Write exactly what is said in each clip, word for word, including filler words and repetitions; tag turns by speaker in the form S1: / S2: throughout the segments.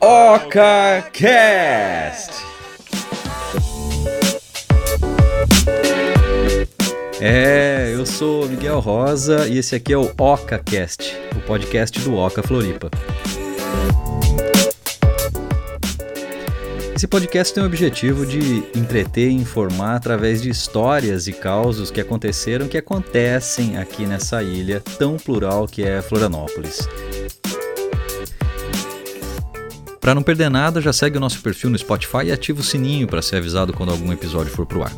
S1: OcaCast! É, eu sou Miguel Rosa e esse aqui é o OcaCast, o podcast do Oca Floripa. Esse podcast tem o objetivo de entreter e informar através de histórias e causos que aconteceram, que acontecem aqui nessa ilha tão plural que é Florianópolis. Para não perder nada, já segue o nosso perfil no Spotify e ativa o sininho para ser avisado quando algum episódio for pro ar.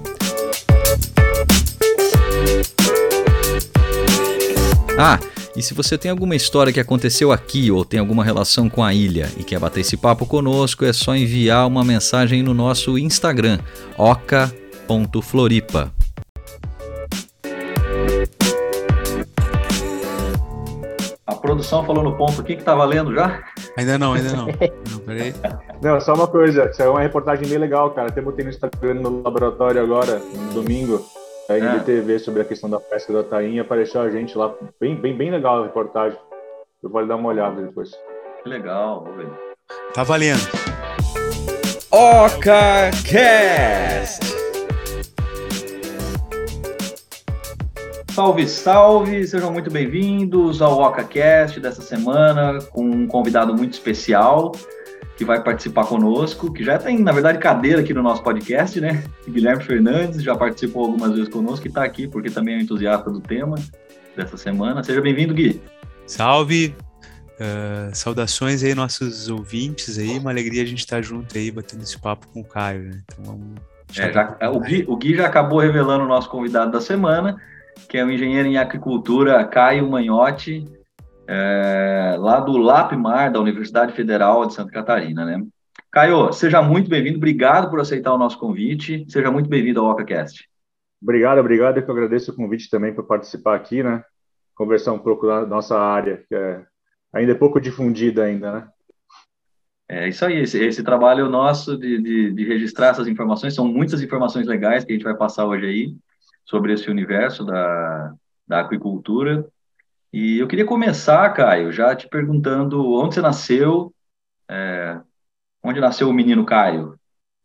S1: Ah, e se você tem alguma história que aconteceu aqui ou tem alguma relação com a ilha e quer bater esse papo conosco, é só enviar uma mensagem no nosso Instagram, oca ponto floripa.
S2: A produção falou no ponto aqui que tá valendo já?
S3: Ainda não, ainda não. Não, peraí.
S4: Não, só uma coisa, saiu uma reportagem bem legal, cara. Até botei no Instagram no laboratório agora, no domingo, da N D T V, sobre a questão da pesca da tainha. Apareceu a gente lá, bem, bem, bem legal a reportagem. Eu vou dar uma olhada depois.
S2: Que legal, vou ver.
S3: Tá valendo.
S1: OcaCast!
S2: Salve, salve! Sejam muito bem-vindos ao OcaCast dessa semana, com um convidado muito especial que vai participar conosco, que já tem, na verdade, cadeira aqui no nosso podcast, né? Guilherme Fernandes, já participou algumas vezes conosco e está aqui porque também é um entusiasta do tema dessa semana. Seja bem-vindo, Gui!
S3: Salve! Uh, saudações aí, nossos ouvintes aí. Uma alegria a gente estar junto aí, batendo esse papo com o Caio, né? Então vamos...
S2: É, já, o, Gui, o Gui já acabou revelando o nosso convidado da semana, que é o engenheiro em aquicultura Caio Magnotti, é, lá do LAPMAR, da Universidade Federal de Santa Catarina, né? Caio, seja muito bem-vindo, obrigado por aceitar o nosso convite, seja muito bem-vindo ao OcaCast.
S4: Obrigado, obrigado, eu que agradeço o convite também para participar aqui, né? Conversar um pouco da nossa área, que é ainda é pouco difundida ainda, né?
S2: É isso aí, esse, esse trabalho nosso de, de, de registrar essas informações, são muitas informações legais que a gente vai passar hoje aí, sobre esse universo da, da aquicultura. E eu queria começar, Caio, já te perguntando onde você nasceu, é, onde nasceu o menino Caio?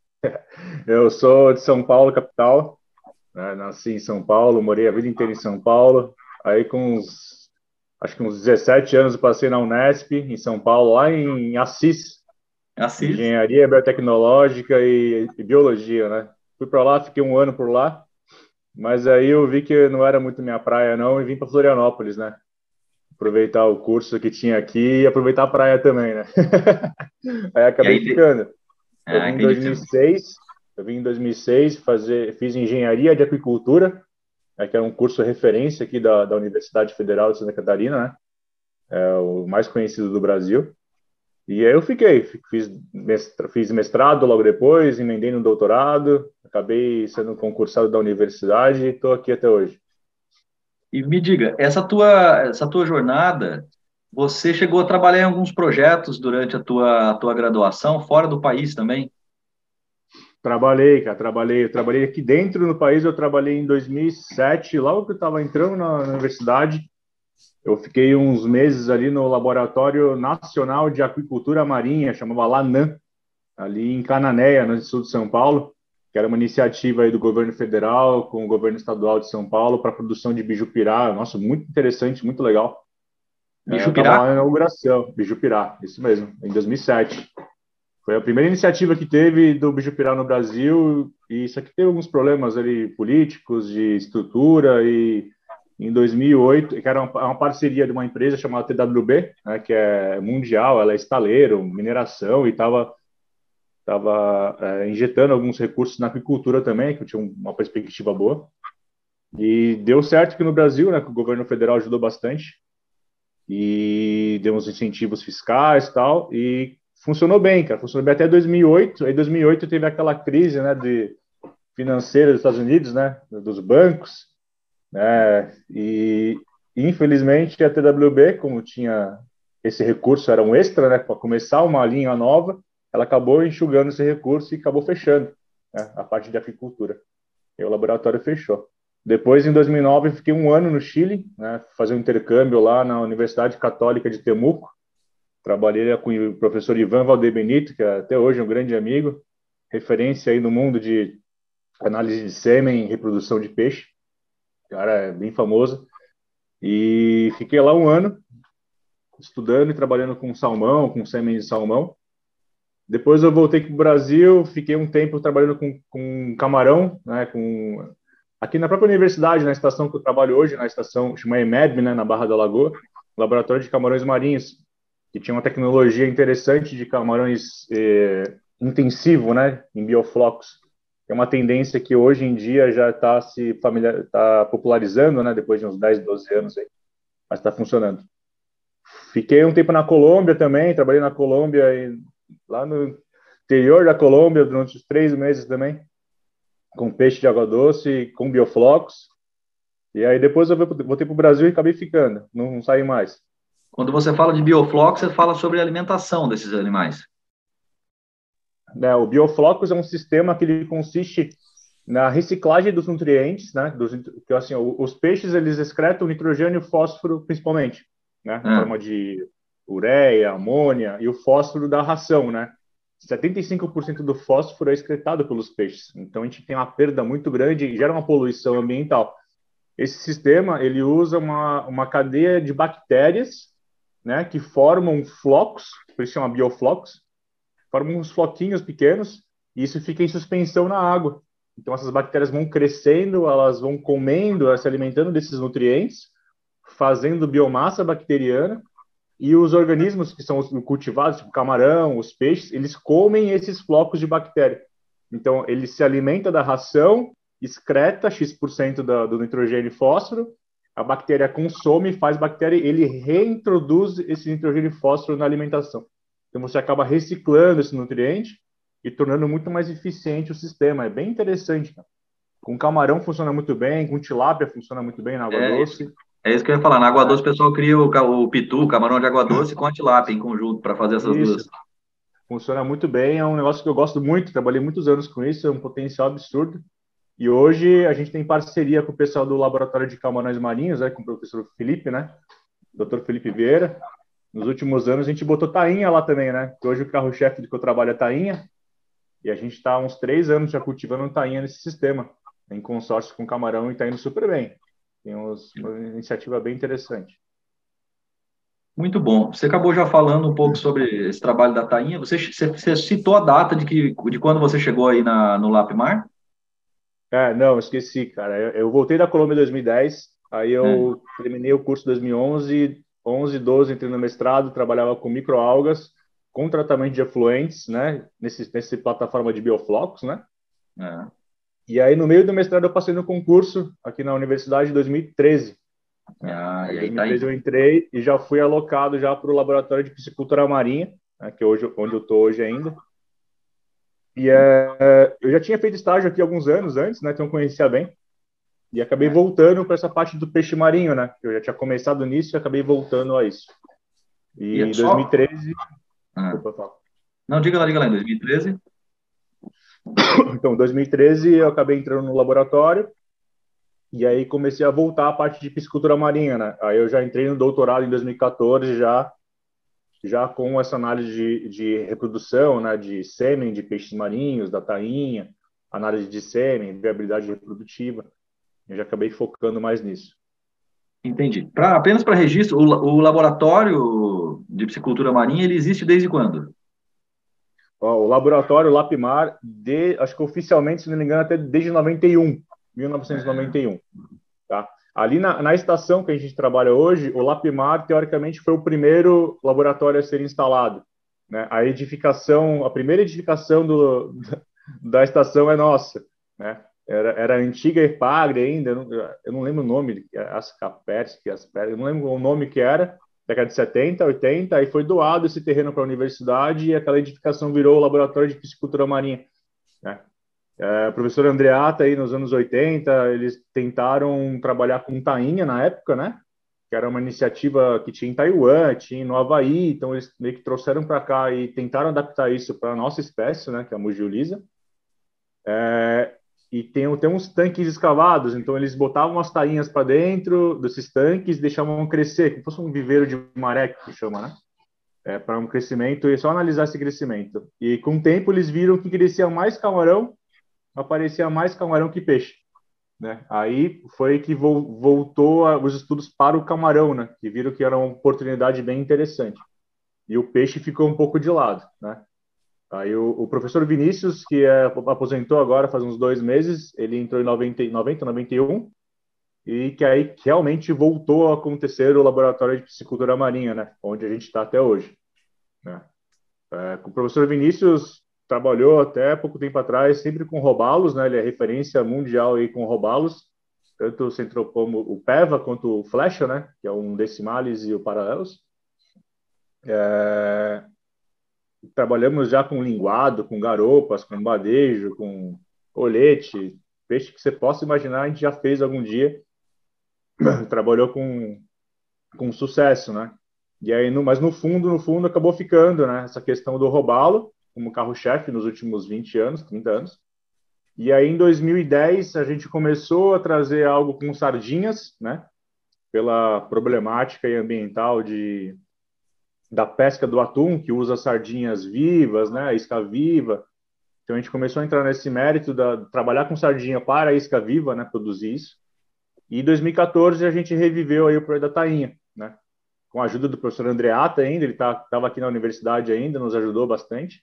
S4: Eu sou de São Paulo, capital, né? Nasci em São Paulo, morei a vida inteira em São Paulo. Aí com uns, acho que uns dezessete anos eu passei na Unesp, em São Paulo, lá em Assis,
S2: Assis.
S4: Engenharia Biotecnológica e, e Biologia, né? Fui para lá, fiquei um ano por lá. Mas aí eu vi que não era muito minha praia, não, e vim para Florianópolis, né? Aproveitar o curso que tinha aqui e aproveitar a praia também, né? Aí acabei
S2: aí,
S4: ficando.
S2: Ah,
S4: Eu vim em dois mil e seis, eu vim em dois mil e seis fazer, fiz engenharia de aquicultura, né, que é um curso referência aqui da, da Universidade Federal de Santa Catarina, né? É o mais conhecido do Brasil. E aí eu fiquei, fiz, mestra, fiz mestrado logo depois, emendei no doutorado, acabei sendo concursado da universidade e estou aqui até hoje.
S2: E me diga, essa tua, essa tua jornada, você chegou a trabalhar em alguns projetos durante a tua, a tua graduação, fora do país também?
S4: Trabalhei, cara, trabalhei. Eu trabalhei aqui dentro no país, eu trabalhei em dois mil e sete, logo que eu estava entrando na universidade. Eu fiquei uns meses ali no Laboratório Nacional de Aquicultura Marinha, chamava LANAM, ali em Cananéia, no sul de São Paulo, que era uma iniciativa aí do governo federal com o governo estadual de São Paulo para a produção de bijupirá. Nossa, muito interessante, muito legal.
S2: Bijupirá?
S4: Eu estava lá na inauguração, bijupirá, isso mesmo, em dois mil e sete. Foi a primeira iniciativa que teve do bijupirá no Brasil, e isso aqui teve alguns problemas ali políticos, de estrutura, e em dois mil e oito, que era uma, uma parceria de uma empresa chamada T W B, né, que é mundial, ela é estaleiro, mineração, e estava tava, é, injetando alguns recursos na aquicultura também, que tinha uma perspectiva boa. E deu certo que no Brasil, né, que o governo federal ajudou bastante, e deu uns incentivos fiscais e tal, e funcionou bem, cara, funcionou bem até dois mil e oito. Aí dois mil e oito teve aquela crise, né, de financeira dos Estados Unidos, né, dos bancos, né, e infelizmente a T W B, como tinha esse recurso, era um extra, né, para começar uma linha nova, ela acabou enxugando esse recurso e acabou fechando, né, a parte de aquicultura. E o laboratório fechou. Depois, em dois mil e nove, fiquei um ano no Chile, né, fazer um intercâmbio lá na Universidade Católica de Temuco, Trabalhei com o professor Ivan Valder Benito, que é até hoje um grande amigo, referência aí no mundo de análise de sêmen e reprodução de peixe. O cara é bem famoso. E fiquei lá um ano, estudando e trabalhando com salmão, com sêmen de salmão. Depois eu voltei para o Brasil, fiquei um tempo trabalhando com, com camarão, né, com... aqui na própria universidade, na estação que eu trabalho hoje, na estação chama E M E B, né, na Barra da Lagoa, Laboratório de Camarões Marinhos, que tinha uma tecnologia interessante de camarões eh, intensivo, né, em bioflocos. É uma tendência que hoje em dia já está se familiar, tá popularizando, né, depois de uns dez, doze anos aí, mas está funcionando. Fiquei um tempo na Colômbia também, trabalhei na Colômbia, e lá no interior da Colômbia, durante os três meses também, com peixe de água doce, com bioflocos. E aí depois eu voltei para o Brasil e acabei ficando, não, não saí mais.
S2: Quando você fala de bioflocos, você fala sobre a alimentação desses animais.
S4: É, o bioflocos é um sistema que ele consiste na reciclagem dos nutrientes, né? Dos, que, assim, os peixes eles excretam nitrogênio e fósforo principalmente, né? Na
S2: Ah.
S4: forma de ureia, amônia e o fósforo da ração, né? setenta e cinco por cento do fósforo é excretado pelos peixes. Então a gente tem uma perda muito grande e gera uma poluição ambiental. Esse sistema ele usa uma, uma cadeia de bactérias, né? Que formam flocos, por isso chama bioflocos, formam uns floquinhos pequenos e isso fica em suspensão na água. Então essas bactérias vão crescendo, elas vão comendo, se alimentando desses nutrientes, fazendo biomassa bacteriana, e os organismos que são cultivados, tipo camarão, os peixes, eles comem esses flocos de bactéria. Então ele se alimenta da ração, excreta X% da, do nitrogênio e fósforo, a bactéria consome, faz bactéria, ele reintroduz esse nitrogênio e fósforo na alimentação. Então você acaba reciclando esse nutriente e tornando muito mais eficiente o sistema. É bem interessante, cara. Com camarão funciona muito bem, com tilápia funciona muito bem na água
S2: É
S4: doce.
S2: isso. É isso que eu ia falar. Na água doce o pessoal cria o, ca- o pitu, o camarão de água doce com a tilápia em conjunto para fazer essas
S4: Isso,
S2: duas.
S4: funciona muito bem, é um negócio que eu gosto muito, trabalhei muitos anos com isso, é um potencial absurdo. E hoje a gente tem parceria com o pessoal do Laboratório de Camarões Marinhos, né, com o professor Felipe, né, doutor Felipe Vieira. Nos últimos anos a gente botou tainha lá também, né, que hoje o carro-chefe do que eu trabalho é tainha, e a gente está há uns três anos já cultivando tainha nesse sistema, em consórcio com camarão, e está indo super bem. Tem uns, uma iniciativa bem interessante.
S2: Muito bom. Você acabou já falando um pouco sobre esse trabalho da tainha. Você, você, você citou a data de, que, de quando você chegou aí na, no Lapimar?
S4: É, não, esqueci, cara. Eu, eu voltei da Colômbia em dois mil e dez, aí eu
S2: É.
S4: terminei o curso em dois mil e onze, onze, doze, entrei no mestrado, trabalhava com microalgas, com tratamento de efluentes, né, nesse, nessa plataforma de bioflocos, né?
S2: É.
S4: E aí, no meio do mestrado, eu passei no concurso aqui na universidade em dois mil e treze. Né?
S2: Ah,
S4: Aí,
S2: e
S4: em
S2: aí tá aí.
S4: dois mil e treze, eu entrei e já fui alocado já para o laboratório de piscicultura marinha, né, que é hoje, onde eu estou hoje ainda. E é, eu já tinha feito estágio aqui alguns anos antes, né? Então eu conhecia bem. E acabei voltando para essa parte do peixe marinho, né? Eu já tinha começado nisso e acabei voltando a isso.
S2: E
S4: E
S2: é
S4: em
S2: só...
S4: dois mil e treze...
S2: Ah.
S4: Opa, fala.
S2: Não, diga lá, diga lá. Em dois mil e treze?
S4: Então, em dois mil e treze, eu acabei entrando no laboratório e aí comecei a voltar à parte de piscicultura marinha, né? Aí eu já entrei no doutorado em dois mil e quatorze, já, já com essa análise de, de reprodução, né? De sêmen de peixes marinhos, da tainha, análise de sêmen, viabilidade reprodutiva. Eu já acabei focando mais nisso.
S2: Entendi. Pra, apenas para registro, o, la- o laboratório de piscicultura marinha, ele existe desde quando?
S4: Ó, o laboratório Lapimar, de, acho que oficialmente, se não me engano, até desde noventa e um, mil novecentos e noventa e um. Tá? Ali na, na estação que a gente trabalha hoje, o Lapimar, teoricamente, foi o primeiro laboratório a ser instalado. Né? A edificação, a primeira edificação do, da estação é nossa. Né? Era, era a antiga Epagre ainda, eu não, eu não lembro o nome, Ascapersky, Asper, eu não lembro o nome que era, década de setenta, oitenta, aí foi doado esse terreno para a universidade e aquela edificação virou o Laboratório de Piscicultura Marinha. Né? É, o professor Andreata, aí nos anos oitenta, eles tentaram trabalhar com tainha na época, né? Que era uma iniciativa que tinha em Taiwan, tinha no Havaí, então eles meio que trouxeram para cá e tentaram adaptar isso para a nossa espécie, né? Que é a Mugiolisa. É, e tem, tem uns tanques escavados, então eles botavam as tainhas para dentro desses tanques, deixavam crescer, como se fosse um viveiro de maré, que chama, né? é, para um crescimento e só analisar esse crescimento. E com o tempo eles viram que crescia mais camarão, aparecia mais camarão que peixe, né? Aí foi que vo voltou a, os estudos para o camarão, né? Que viram que era uma oportunidade bem interessante. E o peixe ficou um pouco de lado, né? Aí o, o professor Vinícius, que é, aposentou agora faz uns dois meses, ele entrou em noventa, noventa, noventa e um, e que aí realmente voltou a acontecer o laboratório de piscicultura marinha, né? Onde a gente está até hoje, né? É, o professor Vinícius trabalhou até pouco tempo atrás sempre com robalos, né? Ele é referência mundial aí com robalos, tanto o centro como o Peva quanto o Flecha, né? Que é um Decimalis e o Paralelos. É... Trabalhamos já com linguado, com garopas, com badejo, com olete, peixe que você possa imaginar, a gente já fez algum dia. Trabalhou com, com sucesso, né? E aí, no, mas no fundo, no fundo, acabou ficando, né? Essa questão do robalo como carro-chefe nos últimos vinte anos, trinta anos. E aí, em dois mil e dez, a gente começou a trazer algo com sardinhas, né? Pela problemática ambiental de da pesca do atum, que usa sardinhas vivas, né, isca viva. Então a gente começou a entrar nesse mérito da trabalhar com sardinha para a isca viva, né, produzir isso. E em dois mil e quatorze a gente reviveu aí o projeto da tainha, né, com a ajuda do professor Andreata ainda, ele estava tá, aqui na universidade ainda, nos ajudou bastante.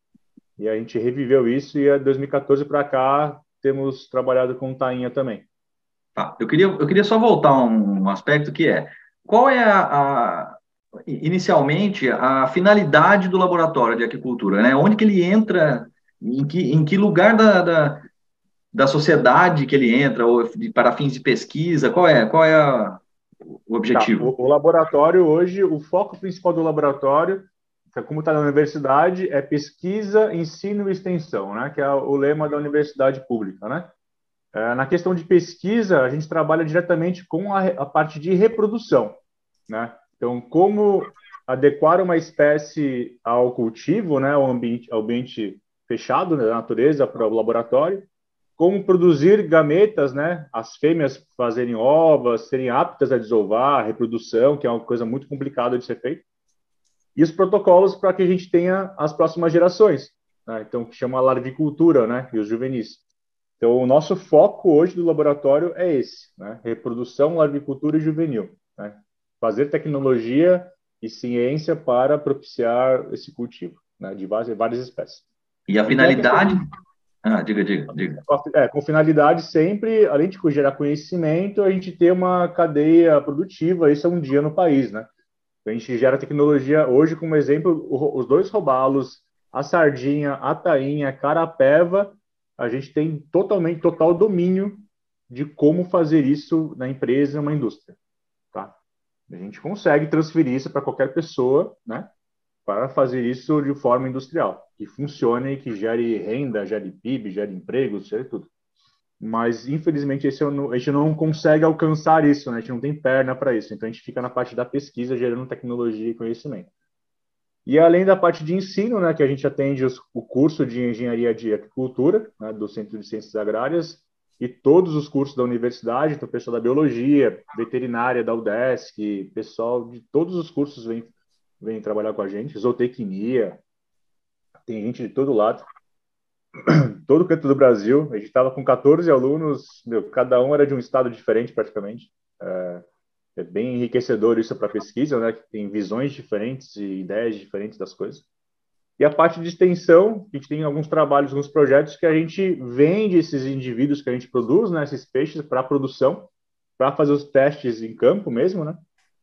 S4: E a gente reviveu isso e de dois mil e quatorze para cá temos trabalhado com tainha também.
S2: Tá, eu queria, eu queria só voltar a um, um aspecto que é, qual é a, a inicialmente, a finalidade do laboratório de aquicultura, né? Onde que ele entra, em que, em que lugar da, da, da sociedade que ele entra, ou de, para fins de pesquisa, qual é, qual é a, o objetivo?
S4: Tá, o, o laboratório hoje, o foco principal do laboratório, como está na universidade, é pesquisa, ensino e extensão, né? Que é o lema da universidade pública, né? É, na questão de pesquisa, a gente trabalha diretamente com a, a parte de reprodução, né? Então, como adequar uma espécie ao cultivo, né, ao ambiente, ao ambiente fechado, né, da natureza, para o laboratório, como produzir gametas, né, as fêmeas fazerem ovos, serem aptas a desovar, a reprodução, que é uma coisa muito complicada de ser feita, e os protocolos para que a gente tenha as próximas gerações, né, então, que chama larvicultura, né, e os juvenis. Então, o nosso foco hoje do laboratório é esse, né, reprodução, larvicultura e juvenil, né. Fazer tecnologia e ciência para propiciar esse cultivo, né, de várias, várias espécies.
S2: E a finalidade... De... Ah, diga, diga, diga.
S4: É, com finalidade sempre, além de gerar conhecimento, a gente ter uma cadeia produtiva, isso é um dia no país, né? A gente gera tecnologia, hoje, como exemplo, os dois robalos, a sardinha, a tainha, a carapeva, a gente tem totalmente, total domínio de como fazer isso na empresa, uma indústria, tá? A gente consegue transferir isso para qualquer pessoa, né, para fazer isso de forma industrial, que funcione, que gere renda, gere P I B, gere empregos, gere tudo. Mas, infelizmente, esse não, a gente não consegue alcançar isso, né? A gente não tem perna para isso. Então, a gente fica na parte da pesquisa, gerando tecnologia e conhecimento. E, além da parte de ensino, né, que a gente atende os, o curso de Engenharia de Agricultura, né, do Centro de Ciências Agrárias, e todos os cursos da universidade, então, pessoal da biologia, veterinária da UDESC, pessoal de todos os cursos vem, vem trabalhar com a gente, zootecnia, tem gente de todo lado, todo canto do Brasil. A gente estava com quatorze alunos, meu, cada um era de um estado diferente praticamente. É, é bem enriquecedor isso para pesquisa, né? Tem visões diferentes e ideias diferentes das coisas. E a parte de extensão, a gente tem alguns trabalhos, alguns projetos que a gente vende esses indivíduos que a gente produz, né, esses peixes, para a produção, para fazer os testes em campo mesmo, né?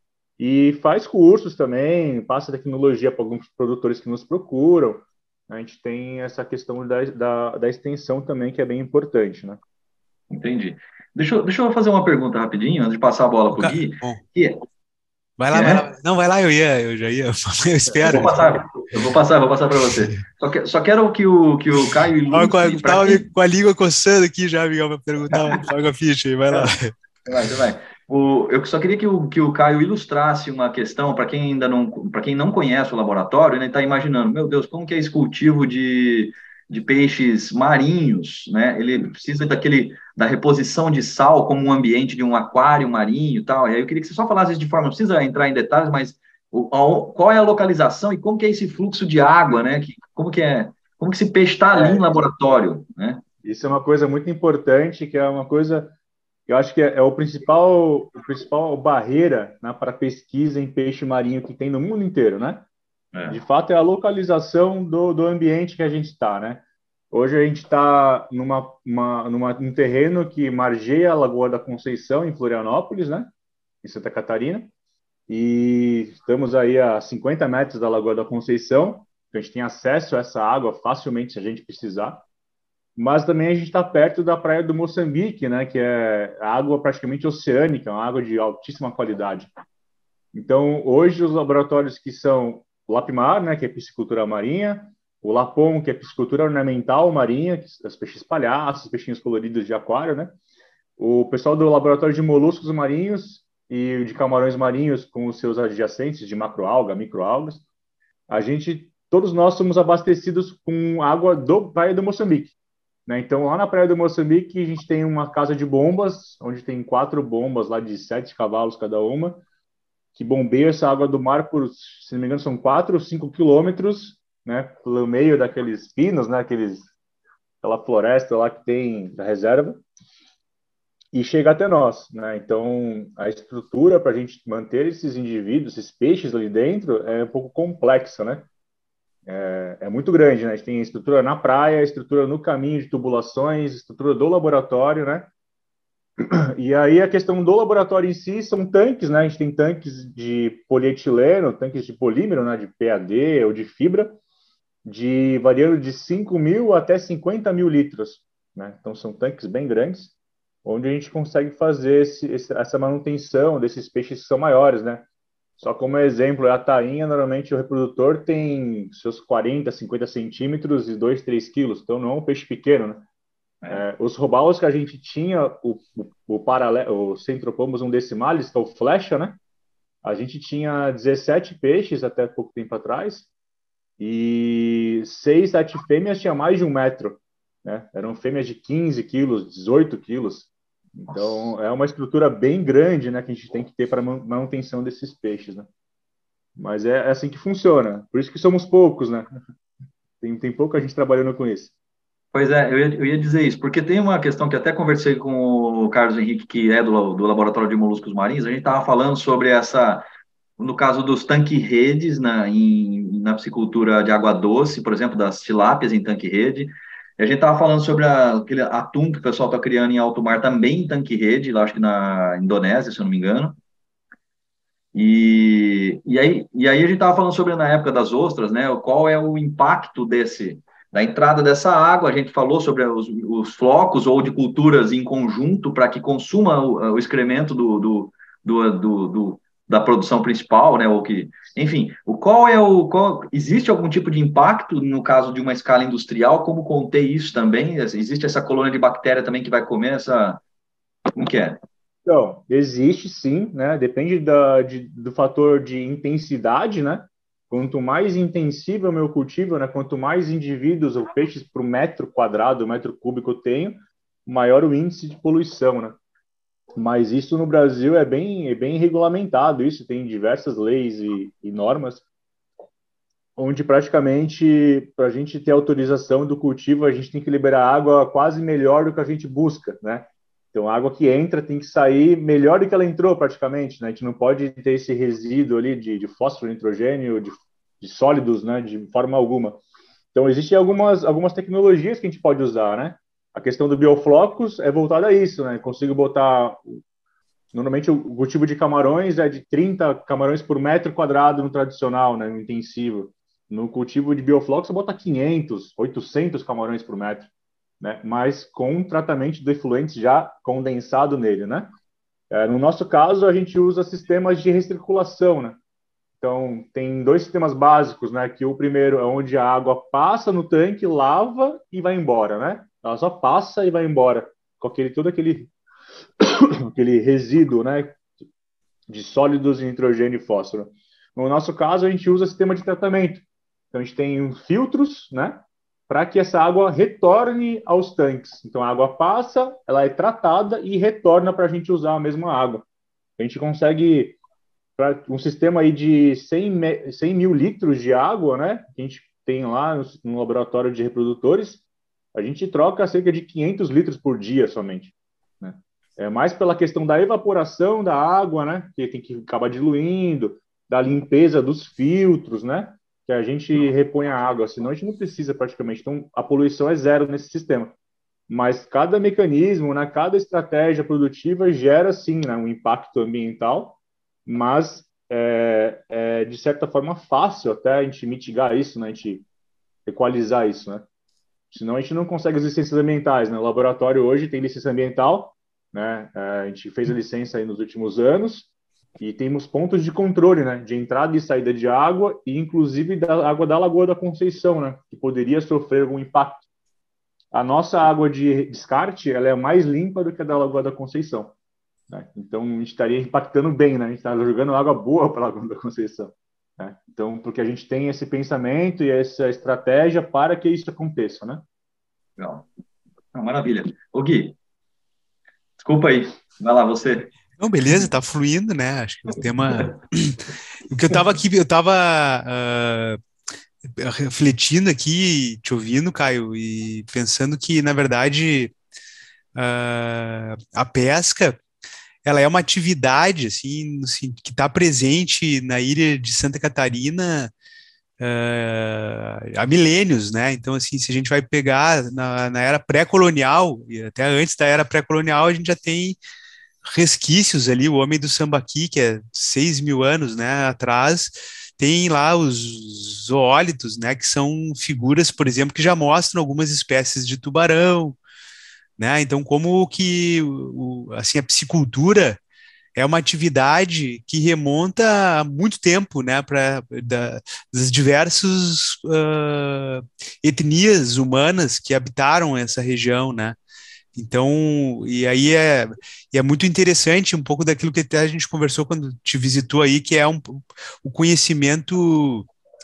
S4: E faz cursos também, passa tecnologia para alguns produtores que nos procuram. A gente tem essa questão da, da, da extensão também, que é bem importante, né?
S2: Entendi. Deixa eu, deixa eu fazer uma pergunta rapidinho, antes de passar a bola para o Gui.
S3: Bom.
S2: Que é,
S3: Vai lá,
S2: é?
S3: vai lá. Não, vai lá, eu ia, eu já ia. Eu espero.
S2: Eu vou passar, eu vou passar, vou passar para você. Só, que, só quero que o, que o Caio ilustre.
S3: Eu tava quem... com a língua coçando aqui já, Miguel, para perguntar. Paga a ficha aí, vai lá.
S2: Vai, vai. O, eu só queria que o, que o Caio ilustrasse uma questão para quem ainda não, para quem não conhece o laboratório, né, está imaginando, meu Deus, como que é esse cultivo de, de peixes marinhos, né? Ele precisa daquele da reposição de sal como um ambiente de um aquário marinho e tal. E aí eu queria que você só falasse isso de forma, não precisa entrar em detalhes, mas o, a, qual é a localização e como que é esse fluxo de água, né? Que, como que é, como que esse peixe está ali
S4: É,
S2: em laboratório, né?
S4: isso é uma coisa muito importante, que é uma coisa, eu acho que é, é o principal, o principal barreira, né, para pesquisa em peixe marinho que tem no mundo inteiro, né? De
S2: É,
S4: fato, é a localização do, do ambiente que a gente está, né? Hoje a gente está numa, uma, numa, num terreno que margeia a Lagoa da Conceição, em Florianópolis, né? Em Santa Catarina. E estamos aí a cinquenta metros da Lagoa da Conceição. A gente tem acesso a essa água facilmente se a gente precisar. Mas também a gente está perto da praia do Moçambique, né? Que é água praticamente oceânica, uma água de altíssima qualidade. Então, hoje, os laboratórios que são o Lapimar, né, que é piscicultura marinha, o Lapom, que é piscicultura ornamental marinha, que os peixes palhaços, peixinhos coloridos de aquário, né? O pessoal do laboratório de moluscos marinhos e de camarões marinhos com os seus adjacentes de macroalga, microalgas. A gente, todos nós somos abastecidos com água do Praia do Moçambique, né? Então, lá na Praia do Moçambique, a gente tem uma casa de bombas, onde tem quatro bombas lá de sete cavalos cada uma, que bombeia essa água do mar por, se não me engano, são quatro ou cinco quilômetros, né, pelo meio daqueles pinos, né, aqueles, aquela floresta lá que tem da reserva, e chega até nós, né? Então, a estrutura para a gente manter esses indivíduos, esses peixes ali dentro, é um pouco complexa, né? É, é muito grande, né? A gente tem estrutura na praia, estrutura no caminho de tubulações, estrutura do laboratório, né? E aí a questão do laboratório em si são tanques, né? A gente tem tanques de polietileno, tanques de polímero, né? De P A D ou de fibra, de variando de cinco mil até cinquenta mil litros, né? Então são tanques bem grandes, onde a gente consegue fazer esse, esse, essa manutenção desses peixes que são maiores, né? Só como exemplo, a tainha, normalmente o reprodutor tem seus quarenta, cinquenta centímetros e dois, três quilos, então não é um peixe pequeno, né? É, os robalos que a gente tinha, o, o, o, paralelo, o Centropomus undecimalis, que é o flecha, né? A gente tinha dezessete peixes até pouco tempo atrás e seis, sete fêmeas tinham mais de um metro, né? Eram fêmeas de quinze quilos, dezoito quilos. Então,
S2: nossa.
S4: é uma estrutura bem grande, né, que a gente tem que ter para manutenção desses peixes, né? Mas é, é assim que funciona. Por isso que somos poucos, né? Tem, tem pouca gente trabalhando com isso.
S2: Pois é, eu ia, eu ia dizer isso, porque tem uma questão que até conversei com o Carlos Henrique, que é do, do Laboratório de Moluscos Marinhos, a gente estava falando sobre essa, no caso dos tanque-redes na, em, na piscicultura de água doce, por exemplo, das tilápias em tanque-rede, e a gente estava falando sobre a, aquele atum que o pessoal está criando em alto mar também em tanque-rede, lá acho que na Indonésia, se eu não me engano, e, e, aí, e aí a gente estava falando sobre, na época das ostras, né, qual é o impacto desse, da entrada dessa água, a gente falou sobre os, os flocos ou de culturas em conjunto para que consuma o, o excremento do, do, do, do, do da produção principal, né, ou que, enfim, o qual é o, qual, existe algum tipo de impacto no caso de uma escala industrial, como contei isso também, existe essa colônia de bactéria também que vai comer essa, como que é?
S4: Então, existe sim, né? Depende da, de, do fator de intensidade, né? Quanto mais intensivo é o meu cultivo, né? Quanto mais indivíduos ou peixes por metro quadrado, metro cúbico eu tenho, maior o índice de poluição, né? Mas isso no Brasil é bem, é bem regulamentado, isso tem diversas leis e, e normas, onde praticamente, para a gente ter autorização do cultivo, a gente tem que liberar água quase melhor do que a gente busca, né? Então, a água que entra tem que sair melhor do que ela entrou, praticamente, né? A gente não pode ter esse resíduo ali de, de fósforo, nitrogênio, de, de sólidos, né? De forma alguma. Então, existem algumas, algumas tecnologias que a gente pode usar, né? A questão do bioflocos é voltada a isso, né? Consigo botar... Normalmente, o cultivo de camarões é de trinta camarões por metro quadrado no tradicional, né? No intensivo. No cultivo de bioflocos, você bota quinhentos, oitocentos camarões por metro, né? Mas com um tratamento de efluentes já condensado nele, né? É, no nosso caso, a gente usa sistemas de recirculação, né? Então, tem dois sistemas básicos, né? Que o primeiro é onde a água passa no tanque, lava e vai embora, né? Ela só passa e vai embora, com aquele, todo aquele, aquele resíduo, né? De sólidos, nitrogênio e fósforo. No nosso caso, a gente usa sistema de tratamento. Então, a gente tem filtros, né? Para que essa água retorne aos tanques. Então, a água passa, ela é tratada e retorna para a gente usar a mesma água. A gente consegue para um sistema aí de cem mil litros de água, né, que a gente tem lá no, no laboratório de reprodutores, a gente troca cerca de quinhentos litros por dia somente, né? É mais pela questão da evaporação da água, né, que tem que acabar diluindo, da limpeza dos filtros, né, que a gente repõe a água, senão a gente não precisa praticamente. Então, a poluição é zero nesse sistema. Mas cada mecanismo, né, cada estratégia produtiva gera, sim, né, um impacto ambiental, mas é, é, de certa forma, fácil até a gente mitigar isso, né, a gente equalizar isso, né? Senão a gente não consegue as licenças ambientais, né? O laboratório hoje tem licença ambiental, né? A gente fez a licença aí nos últimos anos e temos pontos de controle, né? De entrada e saída de água e inclusive da água da Lagoa da Conceição, né? Que poderia sofrer algum impacto. A nossa água de descarte, ela é mais limpa do que a da Lagoa da Conceição, né? Então a gente estaria impactando bem, né? A gente está jogando água boa para a Lagoa da Conceição, né? Então, porque a gente tem esse pensamento e essa estratégia para que isso aconteça, né?
S2: Legal. Ah, maravilha. Ô Gui, desculpa aí. Vai lá, você.
S3: Não, beleza, tá fluindo, né? Acho que o tema. O que eu tava aqui, eu tava uh, refletindo aqui, te ouvindo, Caio, e pensando que, na verdade, uh, a pesca, ela é uma atividade, assim, assim que está presente na ilha de Santa Catarina uh, há milênios, né? Então, assim, se a gente vai pegar na, na era pré-colonial, e até antes da era pré-colonial, a gente já tem resquícios ali, o homem do Sambaqui, que é seis mil anos, né, atrás, tem lá os zoólitos, né, que são figuras, por exemplo, que já mostram algumas espécies de tubarão, né, então como que, o, assim, a piscicultura é uma atividade que remonta a muito tempo, né, para da, das diversas uh, etnias humanas que habitaram essa região, né. Então, e aí é, e é muito interessante um pouco daquilo que até a gente conversou quando te visitou aí, que é um, o conhecimento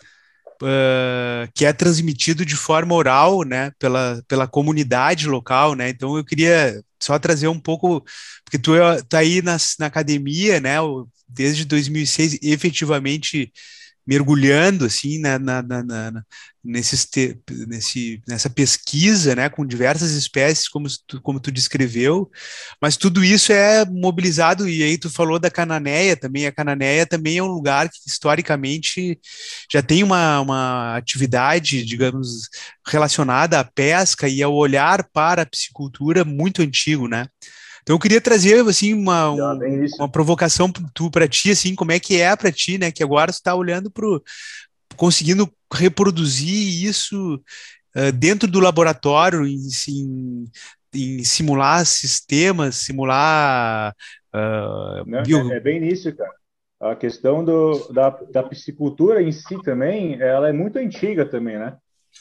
S3: uh, que é transmitido de forma oral, né, pela, pela comunidade local, né, então eu queria só trazer um pouco, porque tu tá aí na, na academia, né, desde dois mil e seis, efetivamente mergulhando assim na, na, na, na nesses te, nesse, nessa pesquisa, né, com diversas espécies, como tu, como tu descreveu, mas tudo isso é mobilizado, e aí tu falou da Cananéia também, a Cananéia também é um lugar que historicamente já tem uma, uma atividade, digamos, relacionada à pesca e ao olhar para a piscicultura muito antigo, né? Então eu queria trazer assim uma, um, uma provocação para ti, assim, como é que é para ti, né? Que agora você está olhando para conseguindo reproduzir isso uh, dentro do laboratório, em, em, em simular sistemas, simular uh,
S4: Não,
S3: bio...
S4: é, é bem nisso, cara. A questão do, da, da piscicultura em si também, ela é muito antiga também, né?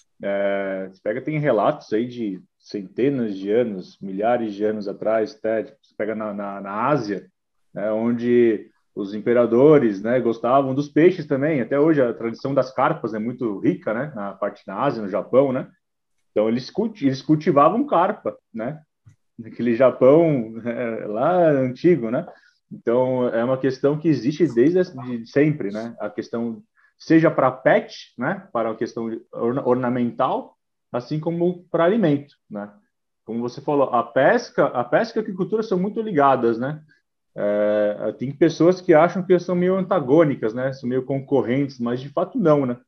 S4: É, você pega, tem relatos aí de centenas de anos, milhares de anos atrás, até, tipo, você pega na, na, na Ásia, né, onde os imperadores, né, gostavam dos peixes também. Até hoje a tradição das carpas é muito rica, né, na parte da Ásia, no Japão, né? Então eles, culti eles cultivavam carpa, né? Naquele Japão é, lá antigo, né? Então é uma questão que existe desde de sempre, né? A questão seja para pet, né? Para a questão orna ornamental, assim como para alimento, né? Como você falou, a pesca, a pesca e a agricultura são muito ligadas, né? É, tem pessoas que acham que são meio antagônicas, né? São meio concorrentes, mas de fato não, né?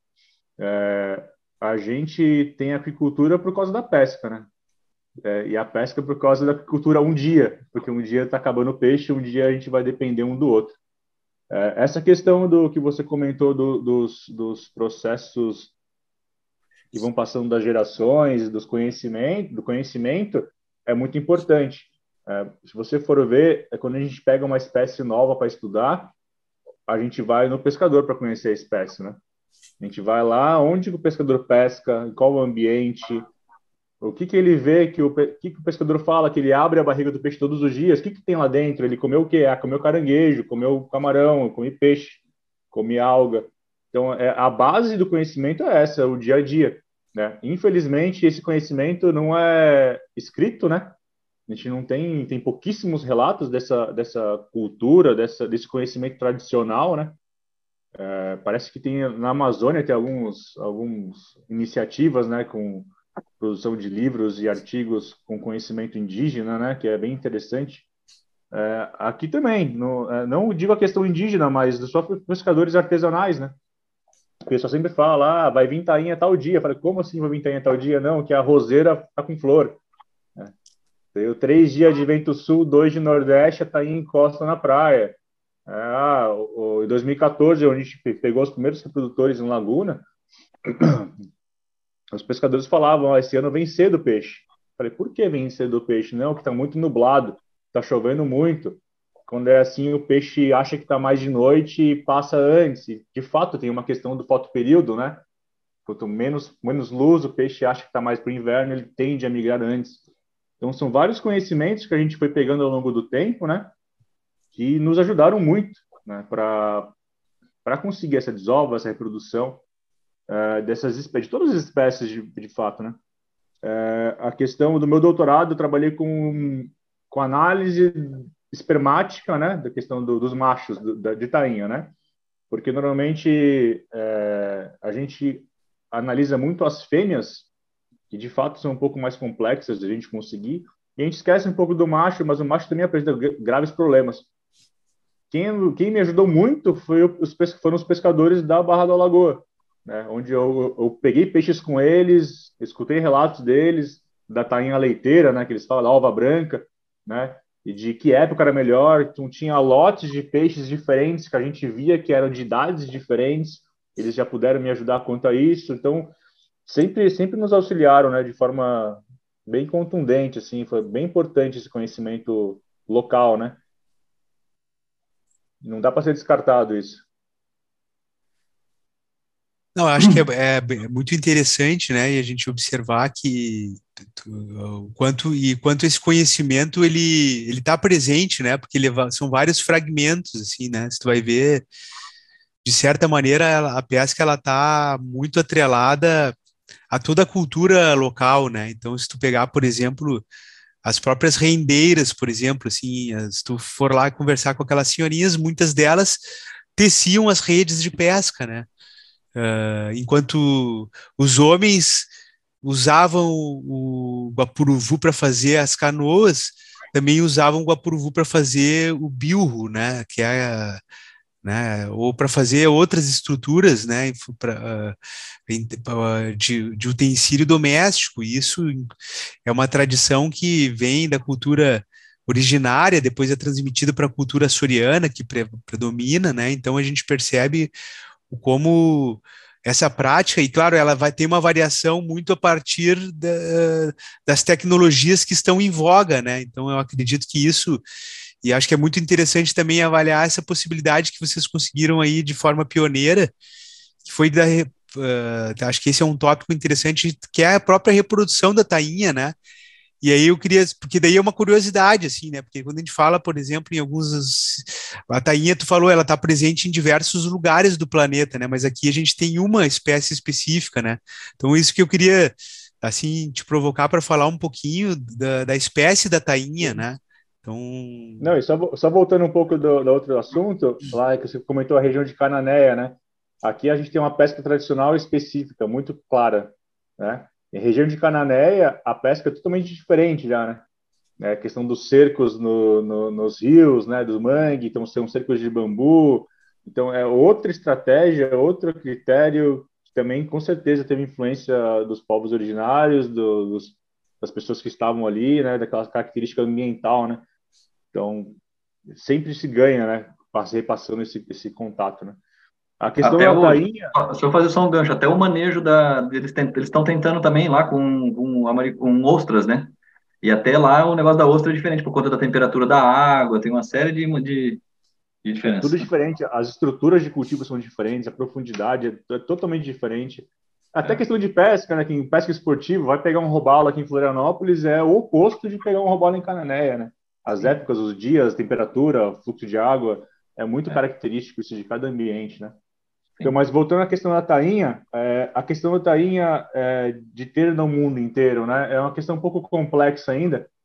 S4: É, a gente tem agricultura por causa da pesca, né? É, e a pesca por causa da agricultura um dia, porque um dia está acabando o peixe, um dia a gente vai depender um do outro. É, essa questão do que você comentou do, dos, dos processos que vão passando das gerações, dos conhecimentos, do conhecimento, é muito importante. É, se você for ver, é quando a gente pega uma espécie nova para estudar, a gente vai no pescador para conhecer a espécie, né? A gente vai lá onde o pescador pesca, em qual ambiente, o que que ele vê, que o, que que o pescador fala, que ele abre a barriga do peixe todos os dias, o que que tem lá dentro? Ele comeu o quê? Ah, comeu caranguejo, comeu camarão, comeu peixe, come alga. Então, é, a base do conhecimento é essa, o dia a dia, né? Infelizmente, esse conhecimento não é escrito, né? A gente não tem, tem pouquíssimos relatos dessa, dessa cultura, dessa, desse conhecimento tradicional, né? É, parece que tem na Amazônia tem alguns, alguns iniciativas, né, com produção de livros e artigos com conhecimento indígena, né, que é bem interessante. É, aqui também, no, é, não digo a questão indígena, mas dos próprios pescadores artesanais, né? O pessoal sempre fala, ah, vai vir tainha tal dia. Eu falei, como assim vai vir tainha tal dia? Não, que a roseira tá com flor. Né? Deu três dias de vento sul, dois de nordeste, a tainha encosta na praia. Ah, o, o, em dois mil e quatorze, onde a gente pegou os primeiros reprodutores em Laguna, os pescadores falavam, ah, esse ano vem cedo o peixe. Eu falei, por que vem cedo o peixe? Não, que está muito nublado, está chovendo muito. Quando é assim, o peixe acha que está mais de noite e passa antes. E, de fato, tem uma questão do fotoperíodo, né? Quanto menos, menos luz, o peixe acha que está mais para o inverno, ele tende a migrar antes. Então, são vários conhecimentos que a gente foi pegando ao longo do tempo, né? Que nos ajudaram muito, né? Para para conseguir essa desova, essa reprodução uh, dessas espécies, de todas as espécies, de, de fato, né? Uh, a questão do meu doutorado, eu trabalhei com, com análise espermática, né? Da questão do, dos machos do, da, de tainha, né? Porque normalmente uh, a gente analisa muito as fêmeas, que de fato são um pouco mais complexas de a gente conseguir, e a gente esquece um pouco do macho, mas o macho também apresenta graves problemas. Quem, quem me ajudou muito foi os, foram os pescadores da Barra da Lagoa, né? Onde eu, eu peguei peixes com eles, escutei relatos deles, da tainha leiteira, né? Que eles falam, da alva branca, né? E de que época era melhor. Então, tinha lotes de peixes diferentes que a gente via que eram de idades diferentes. Eles já puderam me ajudar quanto a isso. Então, sempre, sempre nos auxiliaram, né? De forma bem contundente, assim. Foi bem importante esse conhecimento local, né? Não dá para ser descartado isso.
S3: Não, eu acho que é, é, é muito interessante, né, e a gente observar que o quanto e quanto esse conhecimento ele ele está presente, né, porque ele, são vários fragmentos, assim, né, se tu vai ver, de certa maneira a pesca ela está muito atrelada a toda a cultura local, né. Então, se tu pegar, por exemplo, as próprias rendeiras, por exemplo, assim, se tu for lá conversar com aquelas senhorinhas, muitas delas teciam as redes de pesca, né? Uh, enquanto os homens usavam o, o guapuruvu para fazer as canoas, também usavam o guapuruvu para fazer o bilro, né? Que é, né? Ou para fazer outras estruturas, né? Pra, uh, de, de utensílio doméstico. Isso é uma tradição que vem da cultura originária, depois é transmitida para a cultura açoriana, que pre, predomina, né? Então a gente percebe como essa prática, e claro, ela vai ter uma variação muito a partir da, das tecnologias que estão em voga, né? Então eu acredito que isso, e acho que é muito interessante também avaliar essa possibilidade que vocês conseguiram aí de forma pioneira, que foi da, uh, acho que esse é um tópico interessante, que é a própria reprodução da tainha, né? E aí eu queria, porque daí é uma curiosidade, assim, né? Porque quando a gente fala, por exemplo, em alguns... A tainha, tu falou, ela está presente em diversos lugares do planeta, né? Mas aqui a gente tem uma espécie específica, né? Então isso que eu queria, assim, te provocar para falar um pouquinho da, da espécie da tainha, né? Então...
S4: Não, e só, só voltando um pouco do, do outro assunto, lá que você comentou a região de Cananéia, né? Aqui a gente tem uma pesca tradicional específica, muito clara, né? Em região de Cananéia, a pesca é totalmente diferente já, né? É a questão dos cercos no, no, nos rios, né? Do mangue, então são cercos de bambu. Então é outra estratégia, outro critério que também com certeza teve influência dos povos originários, do, dos, das pessoas que estavam ali, né? Daquela característica ambiental, né? Então sempre se ganha, né? Repassando esse, esse contato, né? A questão
S2: Até
S4: da
S2: o,
S4: tainha...
S2: Deixa eu fazer só um gancho, até o manejo da, eles estão tentando também lá com, com, ameri- com ostras, né? E até lá o negócio da ostra é diferente por conta da temperatura da água, tem uma série de, de, de
S4: É tudo
S2: diferenças.
S4: diferente, as estruturas de cultivo são diferentes, a profundidade é, é totalmente diferente. Até
S2: É.
S4: questão de pesca, né? Quem pesca esportivo vai pegar um robalo aqui em Florianópolis é o oposto de pegar um robalo em Cananéia, né? As épocas, os dias, a temperatura, fluxo de água, é muito
S2: É.
S4: característico isso de cada ambiente, né? Então,
S2: Sim.
S4: mas voltando à questão da tainha, é, a questão da tainha é, de ter no mundo inteiro, né? É uma questão um pouco complexa ainda,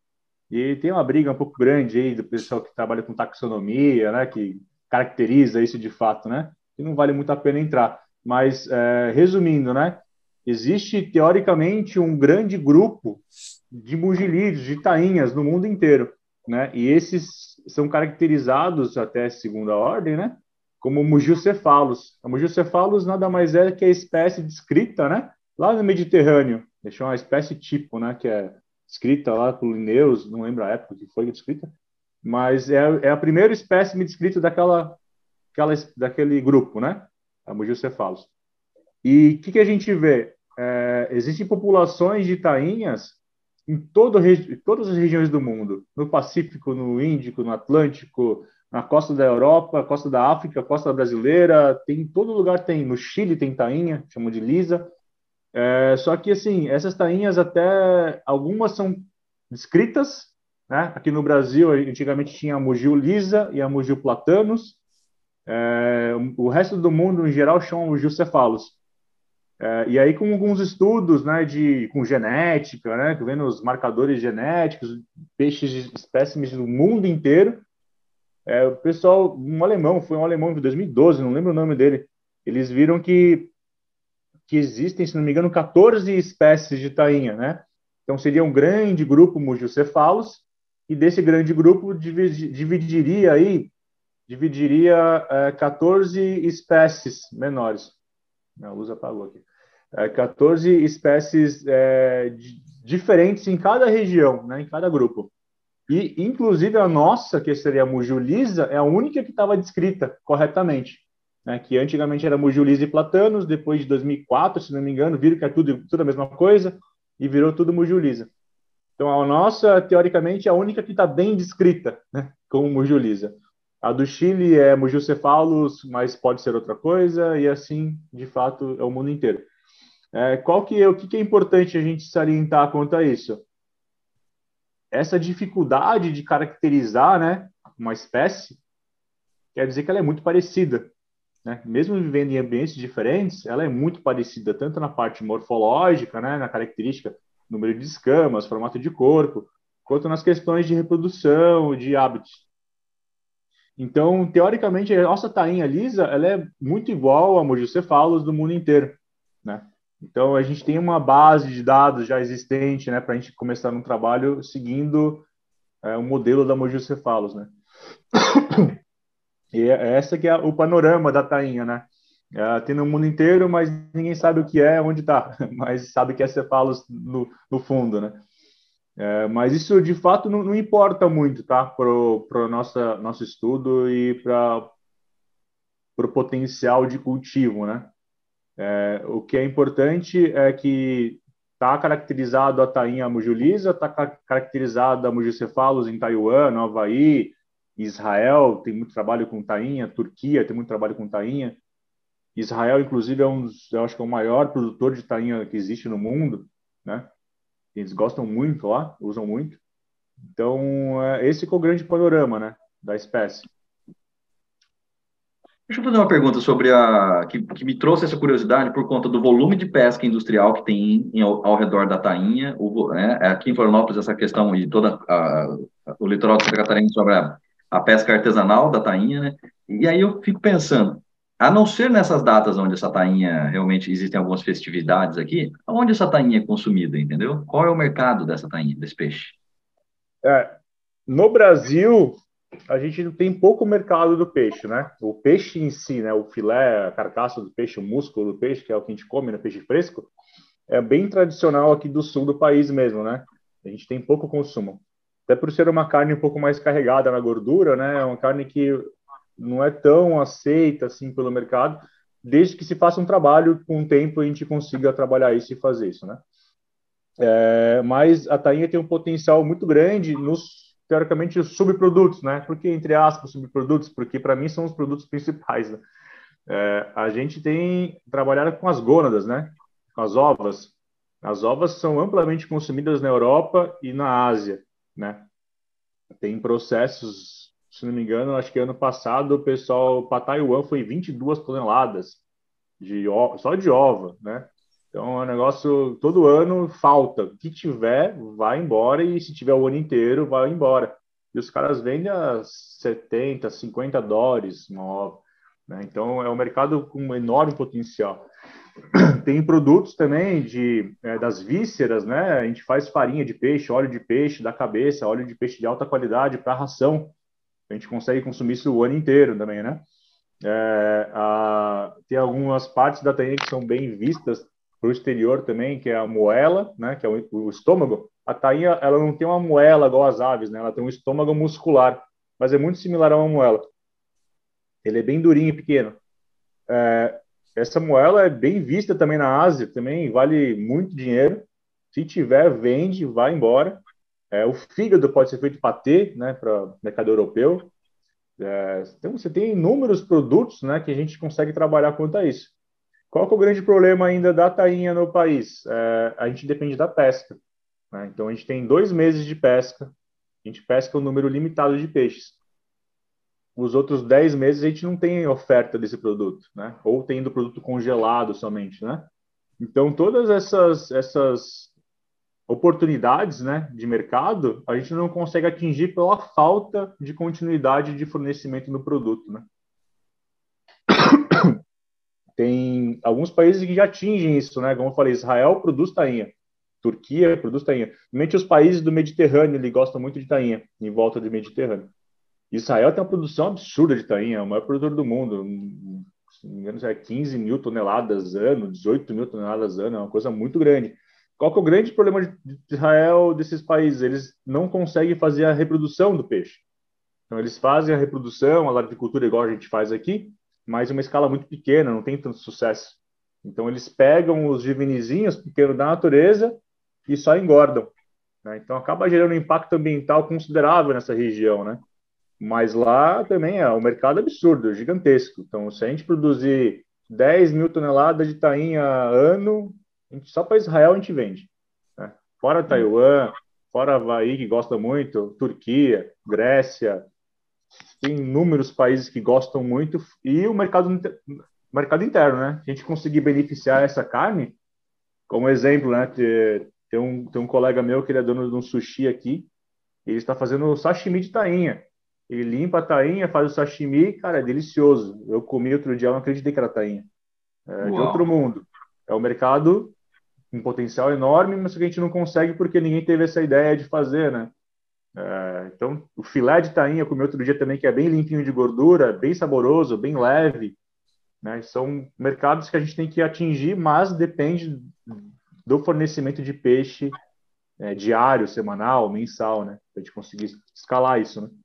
S4: E tem uma briga um pouco grande aí do pessoal que trabalha com taxonomia, né, que caracteriza isso de fato, né, que não vale muito a pena entrar. Mas, é, resumindo, né, existe, teoricamente, um grande grupo de mugilídeos, de tainhas no mundo inteiro, né, e esses são caracterizados, até segunda ordem, né, como mugiocefalos. A mugiocefalos nada mais é que a espécie descrita, né, lá no Mediterrâneo. Deixou uma espécie tipo, né, que é descrita lá por Linnaeus, não lembro a época que foi descrita, mas é, é a primeira espécie descrita daquela, aquela, daquele grupo, né, a mugiocefalos. E o que, que a gente vê? É, existem populações de tainhas em todo, todas as regiões do mundo, no Pacífico, no Índico, no Atlântico, na costa da Europa, costa da África, costa brasileira, tem em todo lugar tem. No Chile tem tainha, chamam de lisa. É, só que, assim, essas tainhas até, algumas são descritas, né? Aqui no Brasil, antigamente tinha a Mugio lisa e a Mugio platanus. É, o resto do mundo, em geral, chama Mugio cefalos. É, e aí, com alguns estudos, né, de, com genética, né, vendo os marcadores genéticos, peixes de espécimes do mundo inteiro, é, o pessoal, um alemão, foi um alemão de dois mil e doze, não lembro o nome dele, eles viram que, que existem, se não me engano, quatorze espécies de tainha, né? Então, seria um grande grupo mugiocefalos, e desse grande grupo dividiria aí, dividiria é, quatorze espécies menores. A luz apagou aqui. É, quatorze espécies é, diferentes em cada região, né, em cada grupo. E, inclusive, a nossa, que seria a Mugio lisa, é a única que estava descrita corretamente. Né, que antigamente era Mugio lisa e platanus, depois de dois mil e quatro, se não me engano, viram que é tudo, tudo a mesma coisa e virou tudo Mugio lisa. Então, a nossa, teoricamente, é a única que está bem descrita, né, como Mugio lisa. A do Chile é Mugiocephalus, mas pode ser outra coisa, e assim, de fato, é o mundo inteiro. É, qual que é, o que, que é importante a gente salientar quanto a isso? Essa dificuldade de caracterizar, né, uma espécie quer dizer que ela é muito parecida. Né? Mesmo vivendo em ambientes diferentes, ela é muito parecida, tanto na parte morfológica, né, na característica, número de escamas, formato de corpo, quanto nas questões de reprodução, de hábitos. Então, teoricamente, a nossa tainha lisa ela é muito igual a Mugiocephalus do mundo inteiro, né? Então, a gente tem uma base de dados já existente, né, para a gente começar um trabalho seguindo é, o modelo da Mugiocephalus, né? E é essa que é o panorama da tainha, né? É, tem no mundo inteiro, mas ninguém sabe o que é, onde está, mas sabe que é Cephalus no, no fundo, né? É, mas isso, de fato, não, não importa muito, tá? Para o nosso estudo e para o potencial de cultivo, né? É, o que é importante é que está caracterizado a tainha mugilisa, está caracterizada a Mugiocephalus em Taiwan, no Havaí, Israel tem muito trabalho com tainha, Turquia tem muito trabalho com tainha. Israel, inclusive, é um dos, eu acho que é o maior produtor de tainha que existe no mundo, né? Eles gostam muito lá, usam muito. Então, é, esse que é o grande panorama, né, da espécie.
S2: Deixa eu fazer uma pergunta sobre a que, que me trouxe essa curiosidade por conta do volume de pesca industrial que tem em, ao, ao redor da tainha. O, né, aqui em Florianópolis, essa questão e toda a, o litoral de Santa Catarina sobre a, a pesca artesanal da tainha, né? E aí eu fico pensando, a não ser nessas datas onde essa tainha realmente existem algumas festividades aqui, onde essa tainha é consumida, entendeu? Qual é o mercado dessa tainha, desse peixe?
S4: É, no Brasil, a gente tem pouco mercado do peixe, né? O peixe em si, né? O filé, a carcaça do peixe, o músculo do peixe, que é o que a gente come no peixe fresco, é bem tradicional aqui do sul do país mesmo, né? A gente tem pouco consumo. Até por ser uma carne um pouco mais carregada na gordura, né? É uma carne que não é tão aceita assim pelo mercado, desde que se faça um trabalho, com o tempo a gente consiga trabalhar isso e fazer isso, né? É, mas a tainha tem um potencial muito grande nos, teoricamente, os subprodutos, né? Por que, entre aspas, subprodutos? Porque, para mim, são os produtos principais, né? É, a gente tem trabalhado com as gônadas, né? Com as ovas. As ovas são amplamente consumidas na Europa e na Ásia, né? Tem processos, se não me engano, acho que ano passado o pessoal para Taiwan foi vinte e duas toneladas de só de ova, né? Então, é um negócio, todo ano falta. O que tiver, vai embora, e se tiver o ano inteiro, vai embora. E os caras vendem a setenta, cinquenta dólares uma ova, né? Então, é um mercado com um enorme potencial. Tem produtos também de, é, das vísceras, né? A gente faz farinha de peixe, óleo de peixe da cabeça, óleo de peixe de alta qualidade para ração. A gente consegue consumir isso o ano inteiro também, né? É, a, tem algumas partes da tainha que são bem vistas para o exterior também, que é a moela, né? Que é o, o estômago. A tainha, ela não tem uma moela igual as aves, né? Ela tem um estômago muscular, mas é muito similar a uma moela. Ele é bem durinho e pequeno. É, essa moela é bem vista também na Ásia, também vale muito dinheiro. Se tiver, vende, vai embora. É, o fígado pode ser feito patê, né, para o mercado europeu. É, então, você tem inúmeros produtos, né, que a gente consegue trabalhar quanto a isso. Qual que é o grande problema ainda da tainha no país? É, a gente depende da pesca, né? Então, a gente tem dois meses de pesca. A gente pesca um número limitado de peixes. Os outros dez meses a gente não tem oferta desse produto, né? Ou tem do produto congelado somente, né? Então, todas essas, essas oportunidades, né, de mercado, a gente não consegue atingir pela falta de continuidade de fornecimento do produto, né? Tem alguns países que já atingem isso, né? Como eu falei, Israel produz tainha, Turquia produz tainha. Somente os países do Mediterrâneo, ele gostam muito de tainha, em volta do Mediterrâneo. Israel tem uma produção absurda de tainha, é o maior produtor do mundo. Se não me engano, é quinze mil toneladas ano, dezoito mil toneladas ano, é uma coisa muito grande. Qual que é o grande problema de Israel, desses países? Eles não conseguem fazer a reprodução do peixe. Então, eles fazem a reprodução, a larvicultura igual a gente faz aqui, mas em uma escala muito pequena, não tem tanto sucesso. Então, eles pegam os juvenizinhos pequenos da natureza e só engordam, né? Então, acaba gerando um impacto ambiental considerável nessa região, né? Mas lá também é um mercado absurdo, gigantesco. Então, se a gente produzir dez mil toneladas de tainha ano, a gente, só para Israel a gente vende, né? Fora Taiwan, fora Havaí, que gosta muito, Turquia, Grécia, tem inúmeros países que gostam muito, e o mercado, mercado interno, né? Se a gente conseguir beneficiar essa carne, como exemplo, né? Tem um, tem um colega meu que ele é dono de um sushi aqui, e ele está fazendo sashimi de tainha. Ele limpa a tainha, faz o sashimi, cara, é delicioso. Eu comi outro dia, eu não acreditei que era tainha. É de outro mundo. É um mercado com um potencial enorme, mas que a gente não consegue porque ninguém teve essa ideia de fazer, né? É, então, o filé de tainha eu comi outro dia também, que é bem limpinho de gordura, bem saboroso, bem leve, né? São mercados que a gente tem que atingir, mas depende do fornecimento de peixe, é, diário, semanal, mensal, né? Para a gente conseguir escalar isso, né?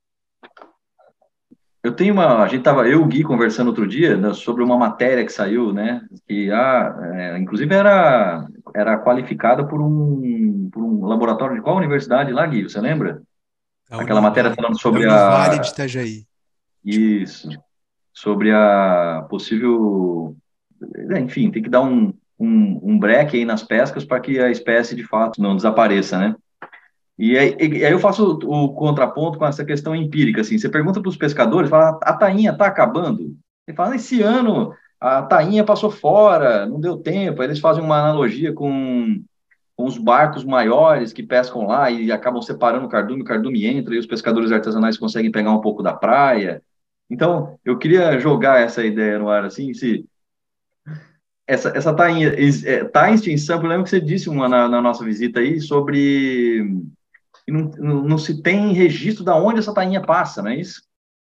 S2: Eu tenho uma, a gente tava, eu e o Gui conversando outro dia, né, sobre uma matéria que saiu, né, que a, é, inclusive era, era qualificada por um, por um laboratório de qual universidade lá, Gui, você lembra?
S3: A
S2: Aquela matéria
S3: Univale,
S2: falando
S3: a
S2: sobre
S3: Univale de
S2: a,
S3: Itajaí.
S2: isso, sobre a possível, enfim, tem que dar um, um, um break aí nas pescas para que a espécie de fato não desapareça, né? E aí, e aí eu faço o, o contraponto com essa questão empírica, assim, você pergunta para os pescadores, fala, a tainha está acabando? Ele fala, esse ano a tainha passou fora, não deu tempo. Aí eles fazem uma analogia com, com os barcos maiores que pescam lá e acabam separando o cardume, o cardume entra e os pescadores artesanais conseguem pegar um pouco da praia. Então, eu queria jogar essa ideia no ar, assim, se essa, essa tainha está em extinção. Eu lembro que você disse uma na, na nossa visita aí sobre e não, não, não se tem registro de onde essa tainha passa, não é isso?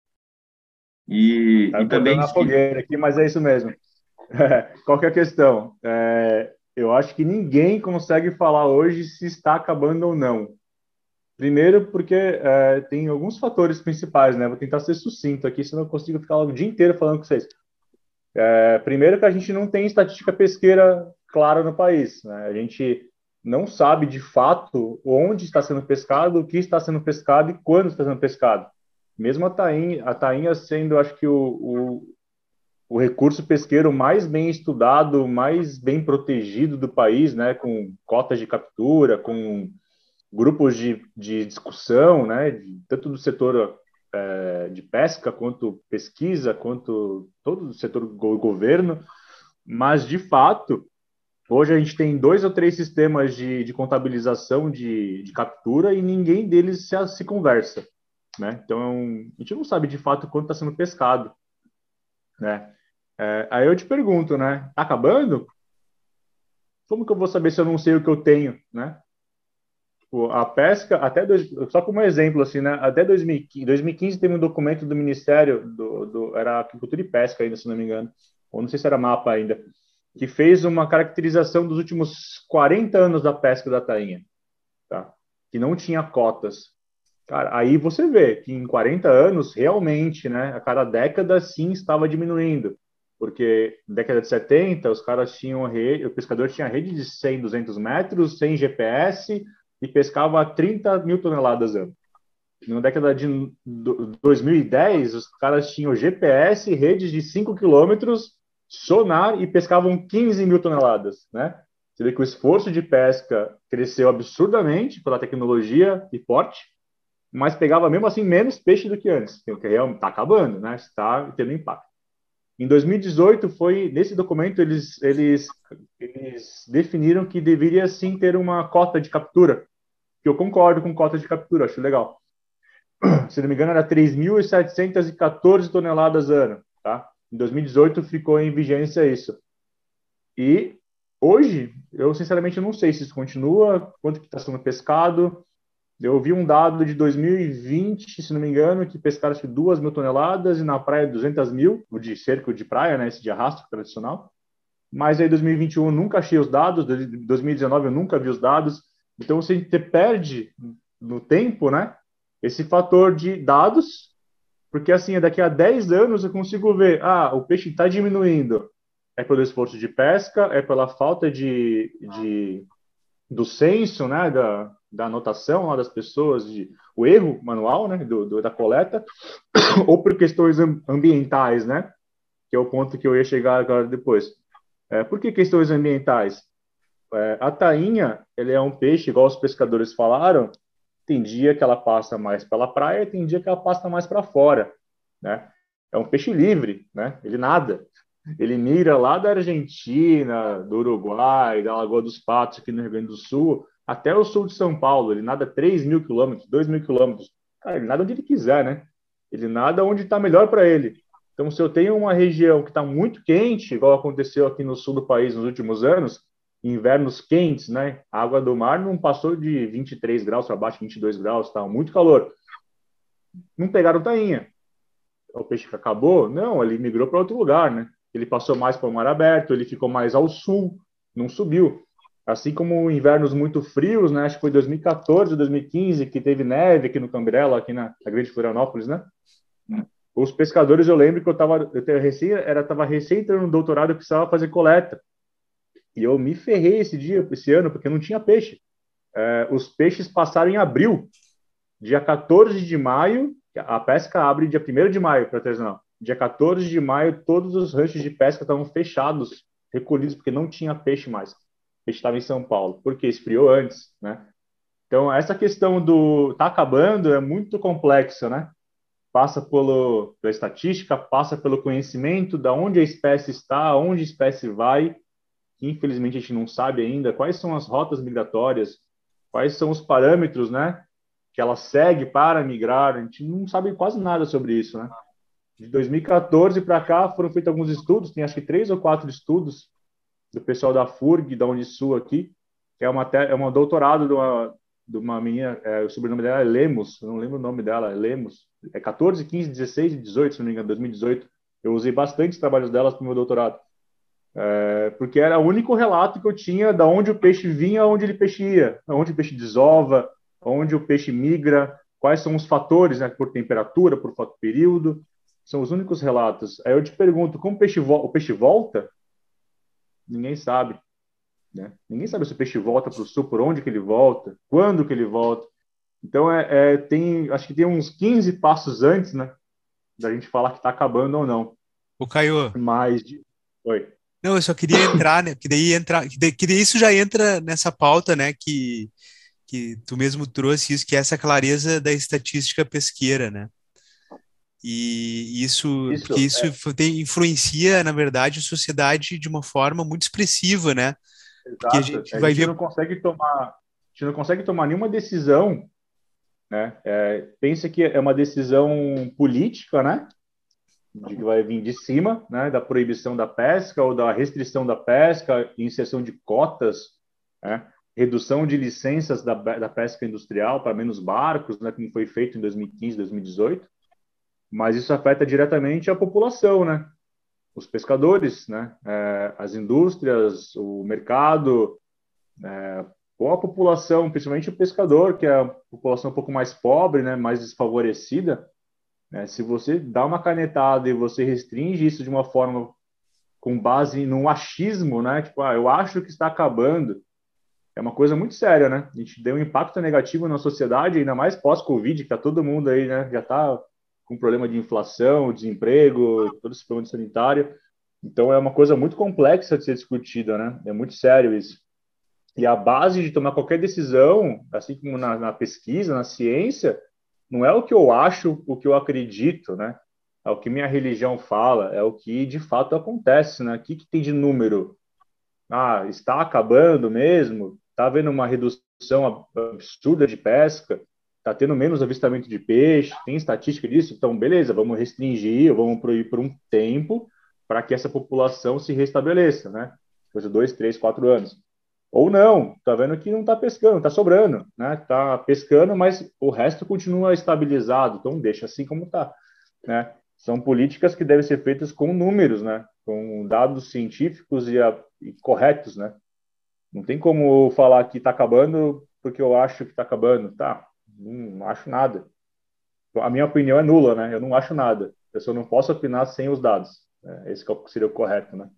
S2: E,
S4: Tá
S2: e
S4: botando
S2: também
S4: na
S2: se...
S4: fogueira aqui, mas é isso mesmo. Qual que é a questão? É, eu acho que ninguém consegue falar hoje se está acabando ou não. Primeiro, porque é, tem alguns fatores principais, né? Vou tentar ser sucinto aqui, senão eu consigo ficar o dia inteiro falando com vocês. É, primeiro, que a gente não tem estatística pesqueira clara no país, né? A gente não sabe de fato onde está sendo pescado, o que está sendo pescado e quando está sendo pescado. Mesmo a tainha, a tainha sendo, acho que, o, o, o recurso pesqueiro mais bem estudado, mais bem protegido do país, né? Com cotas de captura, com grupos de, de discussão, né? De, tanto do setor é, de pesca, quanto pesquisa, quanto todo o setor do governo, mas, de fato, Hoje a gente tem dois ou três sistemas de, de contabilização de, de captura e ninguém deles se, se conversa, né? Então, a gente não sabe de fato quanto está sendo pescado, né? É, aí eu te pergunto, né? Tá acabando? Como que eu vou saber se eu não sei o que eu tenho, né? Tipo, a pesca, até dois, só como exemplo, assim, né? Até dois mil e quinze, dois mil e quinze teve um documento do Ministério, do, do, era Agricultura e Pesca ainda, se não me engano, ou não sei se era mapa ainda, que fez uma caracterização dos últimos quarenta anos da pesca da tainha, tá? Que não tinha cotas. Cara, aí você vê que em quarenta anos, realmente, né, a cada década, sim, estava diminuindo. Porque na década de setenta, os caras tinham rede, o pescador tinha rede de cem, duzentos metros, sem G P S, e pescava a trinta mil toneladas ano. Na década de dois mil e dez, os caras tinham G P S, redes de cinco quilômetros, sonar e pescavam quinze mil toneladas, né? Você vê que o esforço de pesca cresceu absurdamente pela tecnologia e porte, mas pegava mesmo assim menos peixe do que antes, o que realmente está acabando, né? Está tendo impacto. Em dois mil e dezoito, foi, nesse documento, eles, eles, eles definiram que deveria sim ter uma cota de captura, que eu concordo com cota de captura, acho legal. Se não me engano, era três mil setecentas e quatorze toneladas ano, tá? Em dois mil e dezoito ficou em vigência isso. E hoje, eu sinceramente não sei se isso continua, quanto que está sendo pescado. Eu vi um dado de dois mil e vinte, se não me engano, que pescaram duas mil toneladas e na praia duzentas mil, o de cerco de praia, né, esse de arrasto tradicional. Mas aí dois mil e vinte e um eu nunca achei os dados, dois mil e dezenove eu nunca vi os dados. Então você perde no tempo, né, esse fator de dados, porque assim, daqui a dez anos eu consigo ver, ah, o peixe está diminuindo. É pelo esforço de pesca, é pela falta de, de do censo, né, da, da anotação lá das pessoas, de, o erro manual, né, do, do, da coleta, ou por questões ambientais, né, que é o ponto que eu ia chegar agora depois. É, por que questões ambientais? É, a tainha, ele é um peixe, igual os pescadores falaram, tem dia que ela passa mais pela praia, tem dia que ela passa mais para fora, né? É um peixe livre, né? Ele nada. Ele mira lá da Argentina, do Uruguai, da Lagoa dos Patos, aqui no Rio Grande do Sul, até o sul de São Paulo. Ele nada três mil quilômetros, dois mil quilômetros. Cara, ele nada onde ele quiser, né? Ele nada onde está melhor para ele. Então, se eu tenho uma região que está muito quente, igual aconteceu aqui no sul do país nos últimos anos, invernos quentes, né? A água do mar não passou de vinte e três graus para baixo, vinte e dois graus, tá muito calor. Não pegaram tainha. O peixe que acabou? Não, ele migrou para outro lugar, né? Ele passou mais para o mar aberto, ele ficou mais ao sul, não subiu. Assim como invernos muito frios, né? Acho que foi dois mil e quatorze, dois mil e quinze, que teve neve aqui no Cambrela, aqui na, na Grande Florianópolis, né? Os pescadores, eu lembro que eu estava eu recém, era, tava recém entrando no doutorado, eu precisava fazer coleta. E eu me ferrei esse dia, esse ano, porque não tinha peixe. É, os peixes passaram em abril. Dia quatorze de maio, a pesca abre dia primeiro de maio para artesanal. Dia quatorze de maio, todos os ranchos de pesca estavam fechados, recolhidos, porque não tinha peixe mais. O peixe estava em São Paulo, porque esfriou antes, né? Então, essa questão do tá acabando é muito complexa, né? Passa pelo, pela estatística, passa pelo conhecimento de onde a espécie está, onde a espécie vai. Infelizmente, a gente não sabe ainda quais são as rotas migratórias, quais são os parâmetros, né, que ela segue para migrar. A gente não sabe quase nada sobre isso, né? De dois mil e quatorze para cá foram feitos alguns estudos, tem acho que três ou quatro estudos do pessoal da F U R G, da Unisul aqui, que é uma, é uma doutorado de uma, de uma menina, é, o sobrenome dela é Lemos, eu não lembro o nome dela, é Lemos, é quatorze, quinze, dezesseis e dezoito, se não me engano, dois mil e dezoito. Eu usei bastante os trabalhos delas para o meu doutorado. É, porque era o único relato que eu tinha de onde o peixe vinha, onde ele peixe ia, onde o peixe desova, onde o peixe migra, quais são os fatores, né, por temperatura, por período, são os únicos relatos. Aí eu te pergunto, como o peixe, o peixe volta? Ninguém sabe, né? Ninguém sabe se o peixe volta para o sul, por onde que ele volta, quando que ele volta. Então, é, é, tem, acho que tem uns quinze passos antes, né, da gente falar que está acabando ou não.
S3: O Caio.
S4: Mas, oi.
S3: Não, eu só queria entrar, né? Que daí entra, que daí, que daí isso já entra nessa pauta, né? Que, que tu mesmo trouxe isso, que é essa clareza da estatística pesqueira, né? E isso,
S4: isso
S3: porque isso
S4: é.
S3: tem, influencia, na verdade, a sociedade de uma forma muito expressiva, né? Porque a
S4: Exato.
S3: gente
S4: A
S3: vai
S4: gente
S3: ver...
S4: não consegue tomar, a gente não consegue tomar nenhuma decisão, né? É, pensa que é uma decisão política, né? De que vai vir de cima, né? Da proibição da pesca ou da restrição da pesca, inserção de cotas, né? Redução de licenças da, da pesca industrial para menos barcos, né? Como foi feito em dois mil e quinze, dois mil e dezoito. Mas isso afeta diretamente a população, né? Os pescadores, né? É, as indústrias, o mercado, é, ou a população, principalmente o pescador, que é a população um pouco mais pobre, né? Mais desfavorecida, né? Se você dá uma canetada e você restringe isso de uma forma com base num achismo, né? Tipo, ah, eu acho que está acabando. É uma coisa muito séria, né? A gente deu um impacto negativo na sociedade, ainda mais pós-Covid, que tá todo mundo aí, né? Já tá com problema de inflação, desemprego, todo esse problema sanitário. Então é uma coisa muito complexa de ser discutida, né? É muito sério isso. E a base de tomar qualquer decisão, assim como na, na pesquisa, na ciência, não é o que eu acho, o que eu acredito, né? É o que minha religião fala, é o que de fato acontece, né? O que, que tem de número? Ah, está acabando mesmo? Está havendo uma redução absurda de pesca? Está tendo menos avistamento de peixe? Tem estatística disso? Então, beleza, vamos restringir, vamos proibir por um tempo para que essa população se restabeleça, né? Depois de dois, três, quatro anos. Ou não, tá vendo que não está pescando, está sobrando, né? Está pescando, mas o resto continua estabilizado, então deixa assim como está, né? São políticas que devem ser feitas com números, né? Com dados científicos e, a, e corretos, né? Não tem como falar que está acabando porque eu acho que está acabando, tá? Não acho nada. A minha opinião é nula, né? Eu não acho nada. Eu só não posso opinar sem os dados. Né? Esse que seria o correto, né?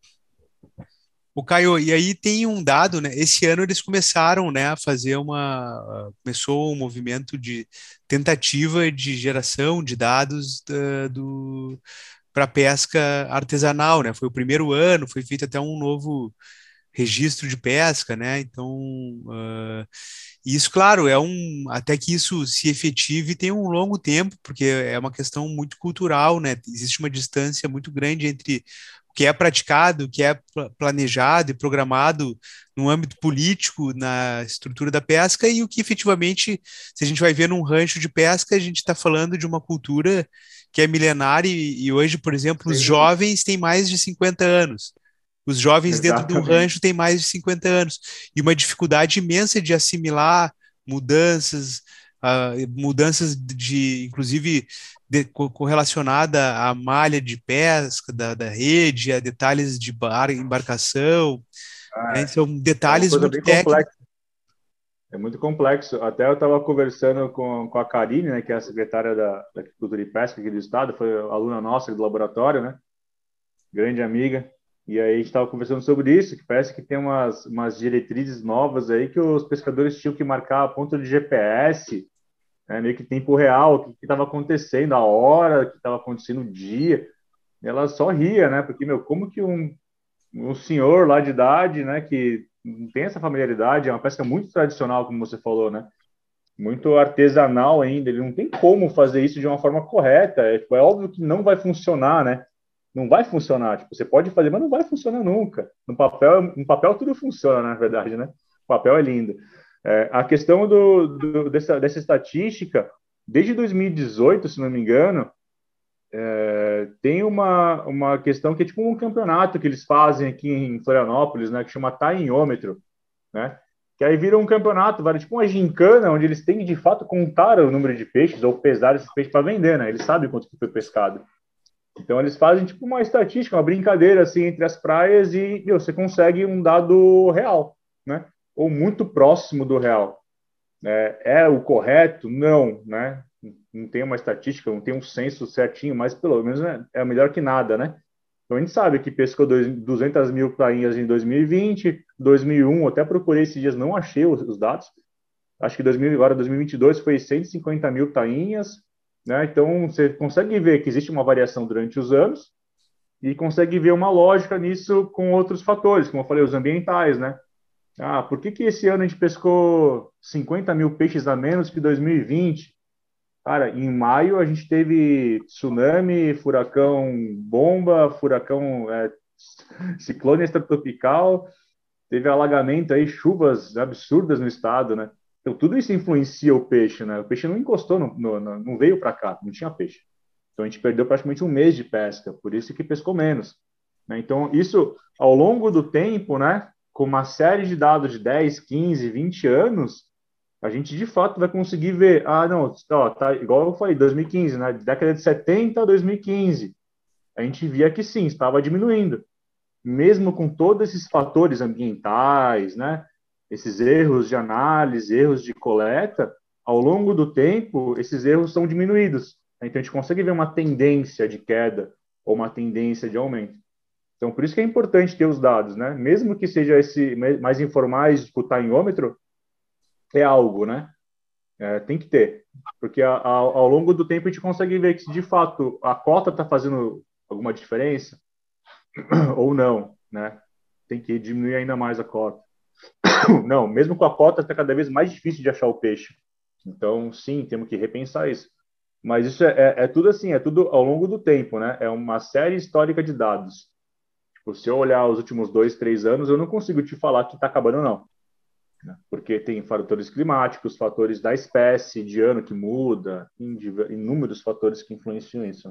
S3: O Caio, e aí tem um dado, né? Esse ano eles começaram, né, a fazer uma, começou um movimento de tentativa de geração de dados da, do para pesca artesanal, né? Foi o primeiro ano, foi feito até um novo registro de pesca, né? Então, uh, isso, claro, é um até que isso se efetive tem um longo tempo, porque é uma questão muito cultural, né? Existe uma distância muito grande entre o que é praticado, o que é planejado e programado no âmbito político, na estrutura da pesca, e o que efetivamente, se a gente vai ver num rancho de pesca, a gente está falando de uma cultura que é milenária, e, e hoje, por exemplo, os
S4: Sim.
S3: jovens têm mais de cinquenta anos. Os jovens dentro de um
S4: Exatamente.
S3: rancho têm mais de cinquenta anos. E uma dificuldade imensa de assimilar mudanças, uh, mudanças de, inclusive, de, correlacionada à malha de pesca da, da rede, a detalhes de bar, embarcação.
S4: Ah,
S3: Né? São
S4: é uma
S3: detalhes
S4: coisa
S3: muito
S4: bem
S3: técnicos.
S4: complexa. É muito complexo. Até eu estava conversando com, com a Karine, né, que é a secretária da, da Agricultura e Pesca aqui do estado, foi aluna nossa do laboratório, né? Grande amiga. E aí a gente estava conversando sobre isso, que parece que tem umas, umas diretrizes novas aí que os pescadores tinham que marcar a ponta de G P S, né, meio que tempo real, o que estava acontecendo, a hora, o que estava acontecendo, o dia. E ela só ria, né? Porque, meu, como que um, um senhor lá de idade, né, que não tem essa familiaridade, é uma pesca muito tradicional, como você falou, né? Muito artesanal ainda, ele não tem como fazer isso de uma forma correta. É, tipo, é óbvio que não vai funcionar, né? Não vai funcionar. Tipo, você pode fazer, mas não vai funcionar nunca. No papel, no papel tudo funciona, na verdade, né? O papel é lindo. É, a questão do, do, dessa, dessa estatística, desde dois mil e dezoito, se não me engano, é, tem uma, uma questão que é tipo um campeonato que eles fazem aqui em Florianópolis, né? Que chama tainhômetro, né? Que aí vira um campeonato, vale tipo uma gincana, onde eles têm que, de fato, contar o número de peixes ou pesar esses peixes para vender, né? Eles sabem quanto que foi pescado. Então, eles fazem tipo uma estatística, uma brincadeira assim entre as praias e meu, você consegue um dado real, né? Ou muito próximo do real. É, é o correto? Não, né? Não tem uma estatística, não tem um censo certinho, mas pelo menos é, é melhor que nada, né? Então, a gente sabe que pescou duzentas mil tainhas em dois mil e vinte, dois mil e um, até procurei esses dias, não achei os, os dados. Acho que dois mil, agora dois mil e vinte e dois foi cento e cinquenta mil tainhas, né? Então, você consegue ver que existe uma variação durante os anos e consegue ver uma lógica nisso com outros fatores, como eu falei, os ambientais, né? Ah, por que que esse ano a gente pescou cinquenta mil peixes a menos que dois mil e vinte? Cara, em maio a gente teve tsunami, furacão bomba, furacão é, ciclone extratropical, teve alagamento aí, chuvas absurdas no estado, né? Então, tudo isso influencia o peixe, né? O peixe não encostou, no, no, no não veio para cá, não tinha peixe. Então, a gente perdeu praticamente um mês de pesca, por isso que pescou menos, né? Então, isso, ao longo do tempo, né? Com uma série de dados de dez, quinze, vinte anos, a gente, de fato, vai conseguir ver, ah, não, ó, tá, igual eu falei, dois mil e quinze, né? De década de setenta a dois mil e quinze, a gente via que sim, estava diminuindo. Mesmo com todos esses fatores ambientais, né? Esses erros de análise, erros de coleta, ao longo do tempo, esses erros são diminuídos. Então, a gente consegue ver uma tendência de queda ou uma tendência de aumento. Então, por isso que é importante ter os dados, né? Mesmo que seja esse mais informais, tipo o tainhômetro, é algo, né? É, tem que ter. Porque a, a, ao longo do tempo a gente consegue ver que se de fato a cota está fazendo alguma diferença ou não, né? Tem que diminuir ainda mais a cota. Não, mesmo com a cota está cada vez mais difícil de achar o peixe. Então, sim, temos que repensar isso. Mas isso é, é, é tudo assim, é tudo ao longo do tempo, né? É uma série histórica de dados. Tipo, se eu olhar os últimos dois, três anos, eu não consigo te falar que está acabando, não. Porque tem fatores climáticos, fatores da espécie, de ano que muda, inúmeros fatores que influenciam isso.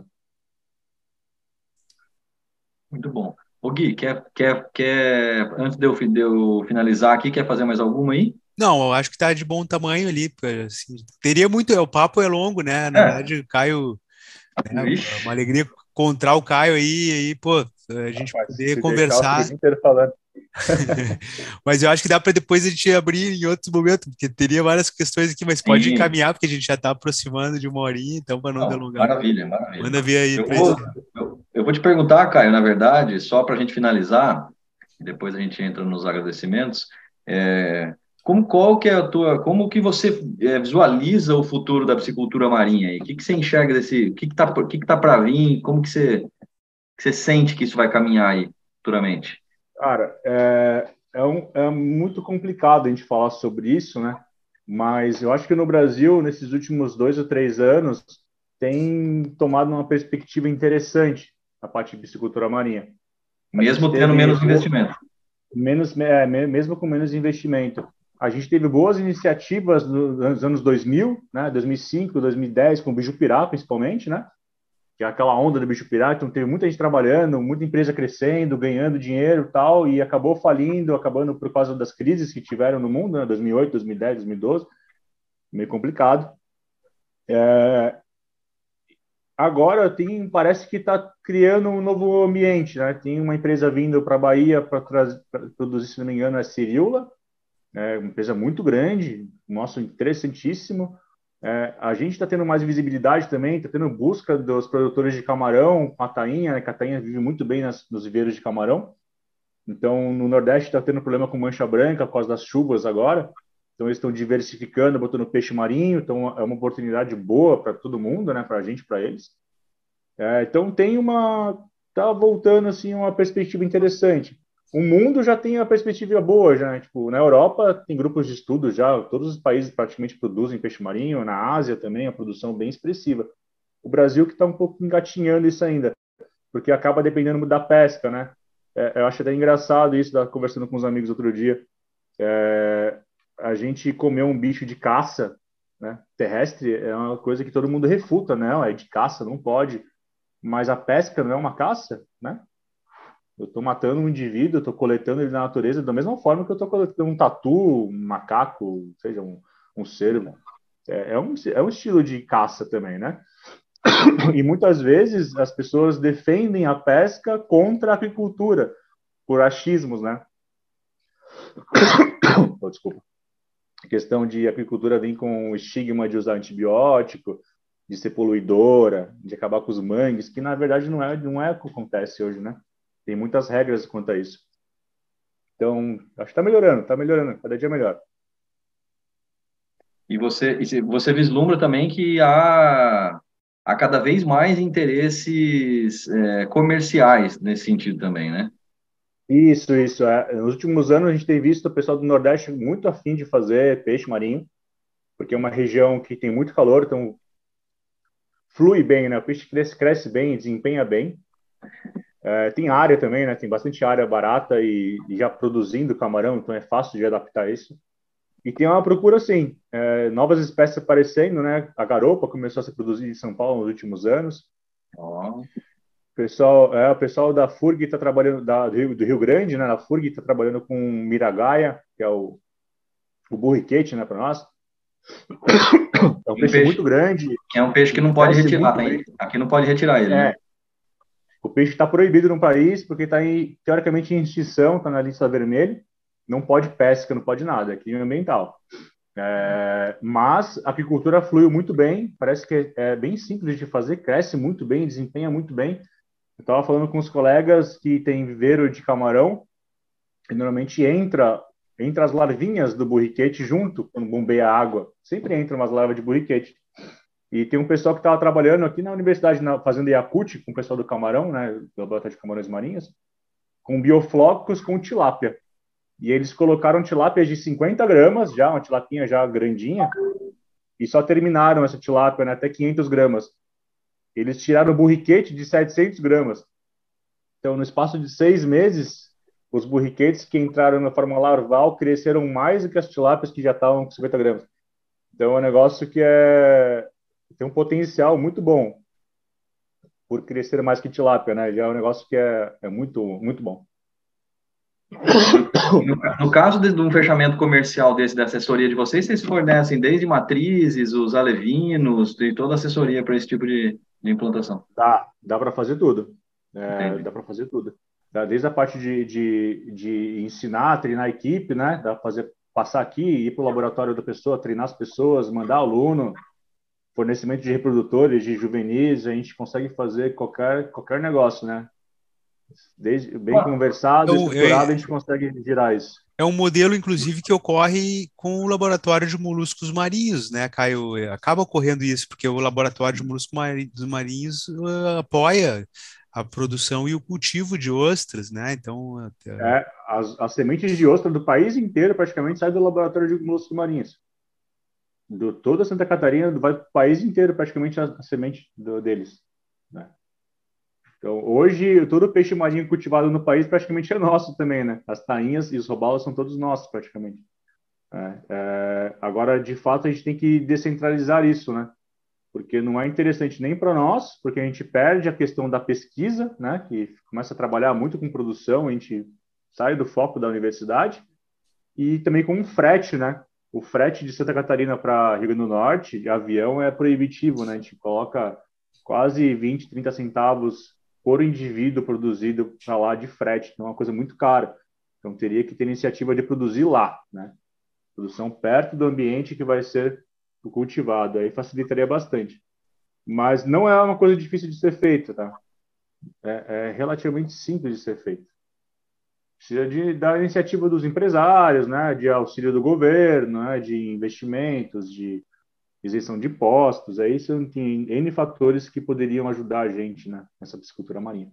S2: Muito bom. Ô Gui, quer, quer, quer, antes de eu, de eu finalizar aqui, quer fazer mais alguma aí?
S3: Não, eu acho que tá de bom tamanho ali, porque, assim, teria muito, o papo é longo, né? Na
S2: É.
S3: verdade, o Caio, né, uma
S2: Vixe.
S3: alegria encontrar o Caio aí, aí, pô, a gente
S4: Rapaz,
S3: poder
S4: se deixar, eu fico o
S3: conversar.
S4: dia inteiro falando.
S3: Mas eu acho que dá para depois a gente abrir em outros momentos, porque teria várias questões aqui, mas pode
S2: Sim.
S3: encaminhar, porque a gente já está aproximando de uma horinha, então para não
S2: Não,
S3: delongar muito.
S2: maravilha, maravilha.
S3: Manda ver aí
S2: Eu
S3: para
S2: vou,
S3: encerrar.
S2: eu, eu vou te perguntar, Caio, na verdade, só para a gente finalizar, depois a gente entra nos agradecimentos, é, como qual que é a tua, como que você é, visualiza o futuro da piscicultura marinha aí? O que que você enxerga desse, o que que tá, o que que tá para vir? Como que você, que você sente que isso vai caminhar aí futuramente?
S4: Cara, é, é, um, é muito complicado a gente falar sobre isso, né? Mas eu acho que no Brasil, nesses últimos dois ou três anos, tem tomado uma perspectiva interessante a parte de piscicultura marinha. A gente
S2: Mesmo tendo
S4: teve
S2: menos investimento.
S4: menos, é, mesmo com menos investimento. A gente teve boas iniciativas nos anos dois mil, né? dois mil e cinco, dois mil e dez, com o Bijupirá, principalmente, né? Que é aquela onda do Bijupirá, então teve muita gente trabalhando, muita empresa crescendo, ganhando dinheiro e tal, e acabou falindo, acabando por causa das crises que tiveram no mundo, né? dois mil e oito, dois mil e dez, dois mil e doze, meio complicado. É, agora tem, parece que está criando um novo ambiente, né? Tem uma empresa vindo para a Bahia para produzir, se não me engano, a Ciriula, é uma empresa muito grande, nosso interessantíssimo. É, a gente está tendo mais visibilidade também, está tendo busca dos produtores de camarão com a tainha, né? Que a tainha vive muito bem nas, nos viveiros de camarão. Então, no Nordeste está tendo problema com mancha branca por causa das chuvas agora. Então, eles estão diversificando, botando peixe marinho. Então, é uma oportunidade boa para todo mundo, né? Para a gente, para eles. É, então, tem uma... Está voltando, assim, uma perspectiva interessante. O mundo já tem a perspectiva boa, já, né? Tipo, na Europa tem grupos de estudo já, todos os países praticamente produzem peixe marinho, na Ásia também a produção bem expressiva. O Brasil que está um pouco engatinhando isso ainda, porque acaba dependendo da pesca, né? É, eu acho até engraçado isso, da, conversando com os amigos outro dia. É, a gente comer um bicho de caça, né, terrestre, é uma coisa que todo mundo refuta, né? É de caça, não pode. Mas a pesca não é uma caça, né? Eu estou matando um indivíduo, eu estou coletando ele na natureza da mesma forma que eu estou coletando um tatu, um macaco, seja um, um cervo. É, é, um, é um estilo de caça também, né? E muitas vezes as pessoas defendem a pesca contra a agricultura, por achismos, né? Oh, desculpa. A questão de agricultura vem com o estigma de usar antibiótico, de ser poluidora, de acabar com os mangues, que na verdade não é, não é o que acontece hoje, né? Tem muitas regras quanto a isso. Então, acho que está melhorando, está melhorando, cada dia melhor.
S2: E você, e você vislumbra também que há, há cada vez mais interesses é, comerciais nesse sentido também, né?
S4: Isso, isso. É. Nos últimos anos, a gente tem visto o pessoal do Nordeste muito afim de fazer peixe marinho, porque é uma região que tem muito calor, então flui bem, né? O peixe cresce, cresce bem, desempenha bem. É, tem área também, né? Tem bastante área barata e, e já produzindo camarão, então é fácil de adaptar isso. E tem uma procura, sim, é, novas espécies aparecendo, né? A garopa começou a ser produzida em São Paulo nos últimos anos.
S2: Ó,
S4: O pessoal, é, o pessoal da F U R G está trabalhando, da, do, Rio, do Rio Grande, né? A F U R G está trabalhando com miragaia, que é o, o burriquete, né, para nós. É um
S2: um
S4: peixe
S2: peixe,
S4: muito grande,
S2: é um peixe que não pode
S4: cresce
S2: retirar,
S4: muito
S2: tá?
S4: bem.
S2: Aqui não pode retirar ele, né?
S4: É, o peixe está proibido no país porque está, teoricamente, em extinção, está na lista vermelha. Não pode pesca, não pode nada, é crime ambiental. É, mas a apicultura flui muito bem, parece que é bem simples de fazer, cresce muito bem, desempenha muito bem. Eu estava falando com os colegas que tem viveiro de camarão, e normalmente entra, entra as larvinhas do burriquete junto, quando bombeia a água. Sempre entra umas larvas de burriquete. E tem um pessoal que estava trabalhando aqui na universidade, na, fazendo Yakut, com o pessoal do camarão, né, do Laboratório de Camarões Marinhos, com bioflocos com tilápia. E eles colocaram tilápias de cinquenta gramas, já, uma tilapinha já grandinha, e só terminaram essa tilápia, né, até quinhentas gramas. Eles tiraram o burriquete de setecentas gramas. Então, no espaço de seis meses, os burriquetes que entraram na forma larval cresceram mais do que as tilápias que já estavam com cinquenta gramas. Então, é um negócio que é... tem um potencial muito bom por crescer mais que tilápia, né? Já é um negócio que é, é muito, muito bom.
S2: No, no caso de, de um fechamento comercial desse, da assessoria de vocês, vocês fornecem desde matrizes, os alevinos, e toda a assessoria para esse tipo de, de implantação?
S4: Dá, dá para fazer tudo. É,
S2: Entendi.
S4: dá para fazer tudo. Dá desde a parte de, de, de ensinar, treinar a equipe, né? Dá para fazer, passar aqui, ir para o laboratório da pessoa, treinar as pessoas, mandar aluno, fornecimento de reprodutores, de juvenis, a gente consegue fazer qualquer, qualquer negócio, né? Desde, bem conversado,
S3: Então,
S4: estruturado,
S3: é,
S4: a gente consegue girar isso.
S3: é um modelo, inclusive, que ocorre com o laboratório de moluscos marinhos, né, Caio? É, acaba ocorrendo isso, porque o laboratório de moluscos mari- dos marinhos uh, apoia a produção e o cultivo de ostras, né? Então, uh,
S4: É, as, as sementes de ostra do país inteiro praticamente saem do laboratório de moluscos marinhos. Do, toda Santa Catarina vai para o país inteiro praticamente a, a semente do, deles, né? Então, hoje, todo o peixe marinho cultivado no país praticamente é nosso também, né? As tainhas e os robalos são todos nossos, praticamente. É, é, agora, de fato, a gente tem que descentralizar isso, né? Porque não é interessante nem para nós, porque a gente perde a questão da pesquisa, né? Que começa a trabalhar muito com produção, a gente sai do foco da universidade, e também com o frete, né? O frete de Santa Catarina para Rio Grande do Norte, de avião, é proibitivo, né? A gente coloca quase vinte, trinta centavos por indivíduo produzido para lá de frete, então é uma coisa muito cara. Então teria que ter iniciativa de produzir lá, né? Produção perto do ambiente que vai ser cultivado, aí facilitaria bastante. Mas não é uma coisa difícil de ser feita, tá? É, é relativamente simples de ser feito. Precisa de, da iniciativa dos empresários, né? De auxílio do governo, né? De investimentos, de isenção de impostos, aí são, tem N fatores que poderiam ajudar a gente, né, nessa piscicultura marinha.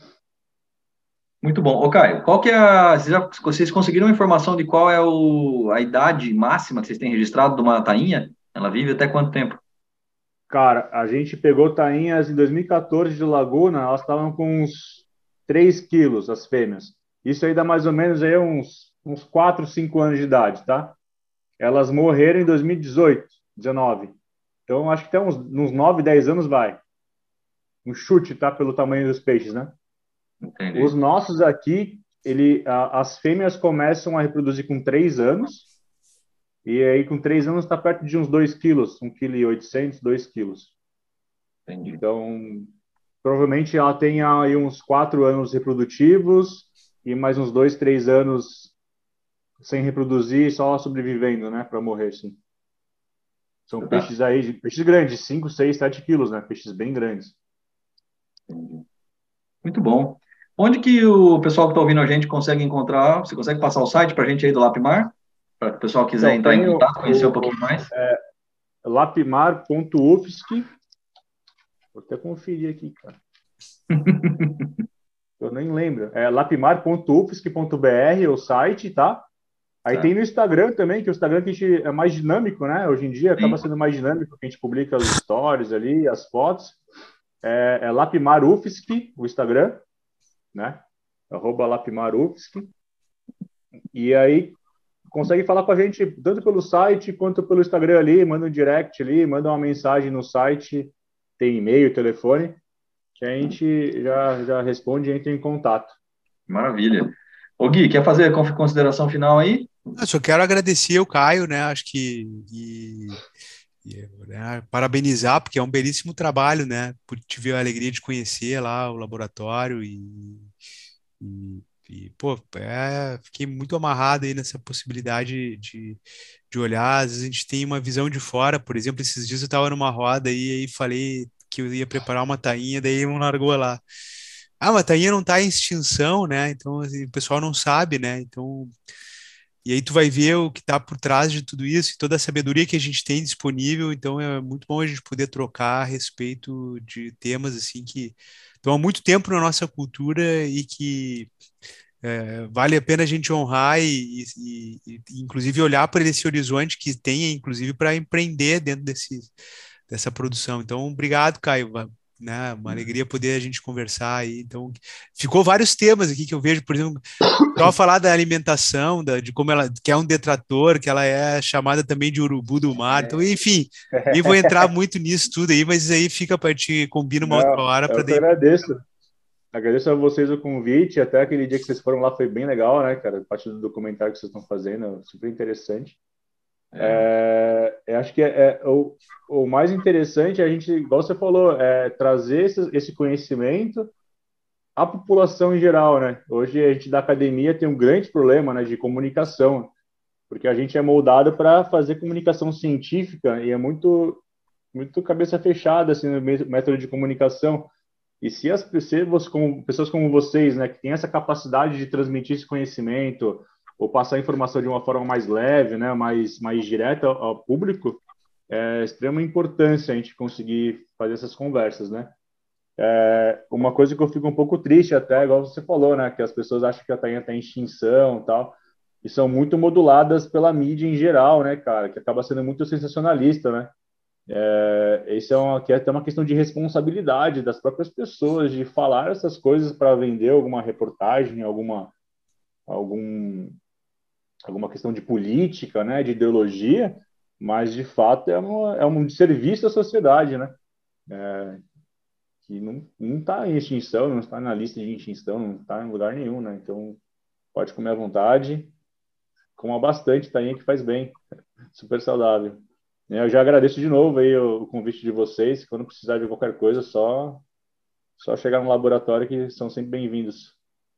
S2: Muito bom. Ô, Caio, qual que é a... Vocês, já, vocês conseguiram a informação de qual é o, a idade máxima que vocês têm registrado de uma tainha? Ela vive até quanto tempo?
S4: Cara, a gente pegou tainhas em dois mil e quatorze de Laguna, elas estavam com uns três quilos, as fêmeas. Isso aí dá mais ou menos aí uns, uns quatro, cinco anos de idade, tá? Elas morreram em dois mil e dezoito, dezenove. Então, acho que até uns, uns nove, dez anos vai. Um chute, tá? Pelo tamanho dos peixes, né?
S2: Entendi.
S4: Os nossos aqui, ele, a, as fêmeas começam a reproduzir com três anos, e aí com três anos está perto de uns dois quilos, um vírgula oitocentos quilos, dois quilos.
S2: Entendi.
S4: Então, provavelmente ela tem aí uns quatro anos reprodutivos e mais uns dois, três anos sem reproduzir, só sobrevivendo, né, para morrer, sim. São
S2: Tá.
S4: peixes aí, peixes grandes, cinco, seis, sete quilos, né, peixes bem grandes.
S2: Entendi. Muito bom. Onde que o pessoal que está ouvindo a gente consegue encontrar? Você consegue passar o site para a gente aí do Lapimar? Para que o pessoal quiser
S4: Então,
S2: entrar em
S4: tem o,
S2: contato, conhecer um
S4: o,
S2: pouquinho mais?
S4: é, lapimar ponto u f s c. Vou até conferir aqui, cara. Eu nem lembro. É lapimar ponto u f s c ponto b r o site, tá? Aí
S2: Tá.
S4: tem no Instagram também, que o Instagram que a gente é mais dinâmico, né? Hoje em dia acaba
S2: Sim.
S4: sendo mais dinâmico, que a gente publica os stories ali, as fotos. É, é Lapimar U F S C, o Instagram. né? Arroba lapmarufsc. E aí consegue falar com a gente tanto pelo site quanto pelo Instagram ali, manda um direct ali, manda uma mensagem no site, tem e-mail, telefone, que a gente já, já responde e entra em contato.
S2: Maravilha. Ô Gui, quer fazer a consideração final aí?
S3: Eu só quero agradecer o Caio, né? Acho que e, e, né, parabenizar, porque é um belíssimo trabalho, né? Tive a alegria de conhecer lá o laboratório e, e, e pô, é, fiquei muito amarrado aí nessa possibilidade de, de olhar. Às vezes a gente tem uma visão de fora, por exemplo, esses dias eu estava numa roda aí, e falei que eu ia preparar uma tainha, daí um largou lá. Ah, mas a tainha não está em extinção, né? Então assim, o pessoal não sabe, né? Então e aí tu vai ver o que está por trás de tudo isso e toda a sabedoria que a gente tem disponível. Então é muito bom a gente poder trocar a respeito de temas assim que estão há muito tempo na nossa cultura e que é, vale a pena a gente honrar e, e, e inclusive olhar para esse horizonte que tem, inclusive para empreender dentro desse, dessa produção. Então, obrigado, Caio. Né, uma alegria poder a gente conversar aí. Então, ficou vários temas aqui que eu vejo, por exemplo, só falar da alimentação, da, de como ela que é um detrator, que ela é chamada também de urubu do mar. Então, enfim, nem vou entrar muito nisso tudo aí, mas aí fica para te combina uma
S4: Não,
S3: outra hora para
S4: eu daí... agradeço. Agradeço a vocês o convite. Até aquele dia que vocês foram lá foi bem legal, né, cara? Parte do documentário que vocês estão fazendo, super interessante. É, eu acho que é, é o, o mais interessante é a gente, igual você falou, é trazer esse, esse conhecimento à população em geral, né? Hoje a gente da academia tem um grande problema, né, de comunicação, porque a gente é moldado para fazer comunicação científica e é muito, muito cabeça fechada assim, no método de comunicação. E se as pessoas como, pessoas como vocês, né, que têm essa capacidade de transmitir esse conhecimento ou passar a informação de uma forma mais leve, né, mais, mais direta ao, ao público, é de extrema importância a gente conseguir fazer essas conversas, né? É, uma coisa que eu fico um pouco triste até, igual você falou, né, que as pessoas acham que a tainha está em extinção e tal, e são muito moduladas pela mídia em geral, né, cara, que acaba sendo muito sensacionalista, né? É, isso é, uma, que é até uma questão de responsabilidade das próprias pessoas de falar essas coisas para vender alguma reportagem, alguma, algum, alguma questão de política, né, de ideologia, mas de fato é, uma, é um serviço à sociedade, né, é, que não está em extinção, não está na lista de extinção, não está em lugar nenhum, né, então pode comer à vontade, coma bastante, tainha que faz bem, super saudável. Eu já agradeço de novo aí o convite de vocês. Quando precisar de qualquer coisa, só, só chegar no laboratório que são sempre bem-vindos.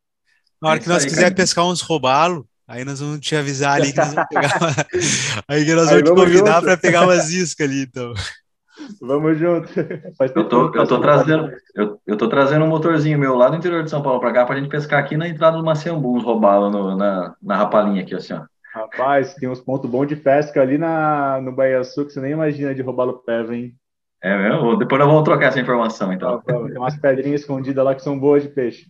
S3: Na hora que nós quiser pescar uns robalo, aí nós vamos te avisar ali que nós vamos pegar uma... aí que nós vamos, vamos te convidar para pegar umas iscas ali, então.
S4: Vamos junto. Faz
S2: eu tô, eu tô trazendo, eu, eu tô trazendo um motorzinho meu lá do interior de São Paulo para cá para a gente pescar aqui na entrada do Maciambu, uns robalo no, na, na rapalinha aqui, assim, ó.
S4: Rapaz, tem uns pontos bons de pesca ali na, no Baía Sul que você nem imagina de roubar o pé, hein?
S2: É mesmo? Depois nós vamos trocar essa informação, então.
S4: Tem umas pedrinhas escondidas lá que são boas de peixe.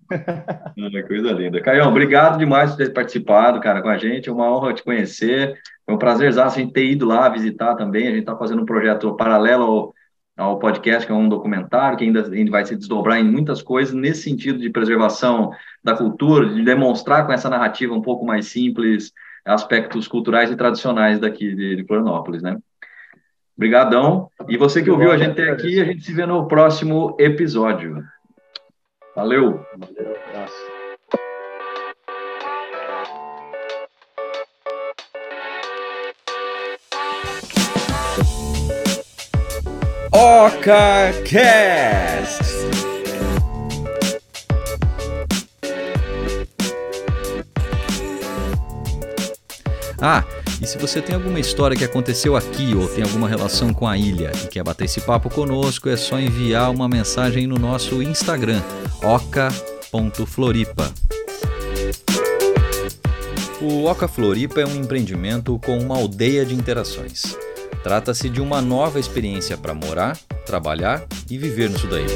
S2: É coisa linda. Caião, obrigado demais por ter participado, cara, com a gente. É uma honra te conhecer. É um prazerzaço a gente ter ido lá visitar também. A gente está fazendo um projeto paralelo ao, ao podcast, que é um documentário, que ainda, ainda vai se desdobrar em muitas coisas, nesse sentido de preservação da cultura, de demonstrar com essa narrativa um pouco mais simples aspectos culturais e tradicionais daqui de, de Florianópolis, né? Obrigadão. E você que ouviu a gente até aqui, a gente se vê no próximo episódio. Valeu.
S4: Valeu, abraço.
S1: OcaCast. Ah, e se você tem alguma história que aconteceu aqui ou tem alguma relação com a ilha e quer bater esse papo conosco, é só enviar uma mensagem no nosso Instagram, oca ponto floripa. O Oca Floripa é um empreendimento com uma aldeia de interações. Trata-se de uma nova experiência para morar, trabalhar e viver no Sudaí.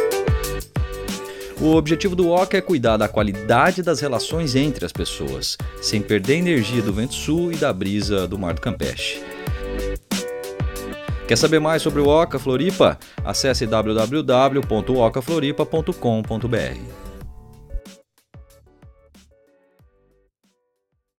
S1: O objetivo do Oca é cuidar da qualidade das relações entre as pessoas, sem perder a energia do vento sul e da brisa do Mar do Campeche. Quer saber mais sobre o Oca Floripa? Acesse w w w ponto oca floripa ponto com ponto b r.